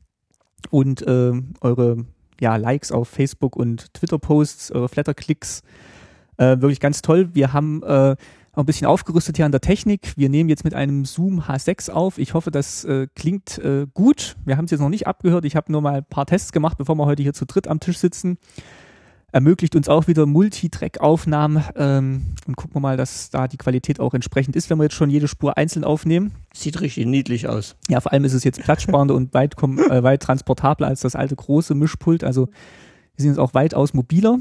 Speaker 1: und äh, eure ja, Likes auf Facebook und Twitter-Posts, eure Flatter-Klicks. Äh, wirklich ganz toll. Wir haben äh, auch ein bisschen aufgerüstet hier an der Technik. Wir nehmen jetzt mit einem Zoom H sechs auf. Ich hoffe, das äh, klingt äh, gut. Wir haben es jetzt noch nicht abgehört. Ich habe nur mal ein paar Tests gemacht, bevor wir heute hier zu dritt am Tisch sitzen. Ermöglicht uns auch wieder Multitrack-Aufnahmen ähm, und gucken wir mal, dass da die Qualität auch entsprechend ist, wenn wir jetzt schon jede Spur einzeln aufnehmen.
Speaker 3: Sieht richtig niedlich aus.
Speaker 1: Ja, vor allem ist es jetzt platzsparender und weit, äh, weit transportabler als das alte große Mischpult. Also wir sind jetzt auch weitaus mobiler.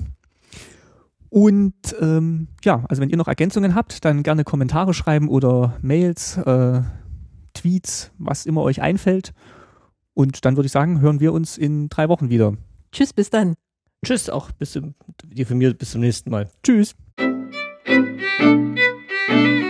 Speaker 1: Und ähm, ja, also wenn ihr noch Ergänzungen habt, dann gerne Kommentare schreiben oder Mails, äh, Tweets, was immer euch einfällt. Und dann würde ich sagen, hören wir uns in drei Wochen wieder.
Speaker 2: Tschüss, bis dann.
Speaker 3: Tschüss, auch bis zum, dir von mir bis zum nächsten Mal.
Speaker 1: Tschüss.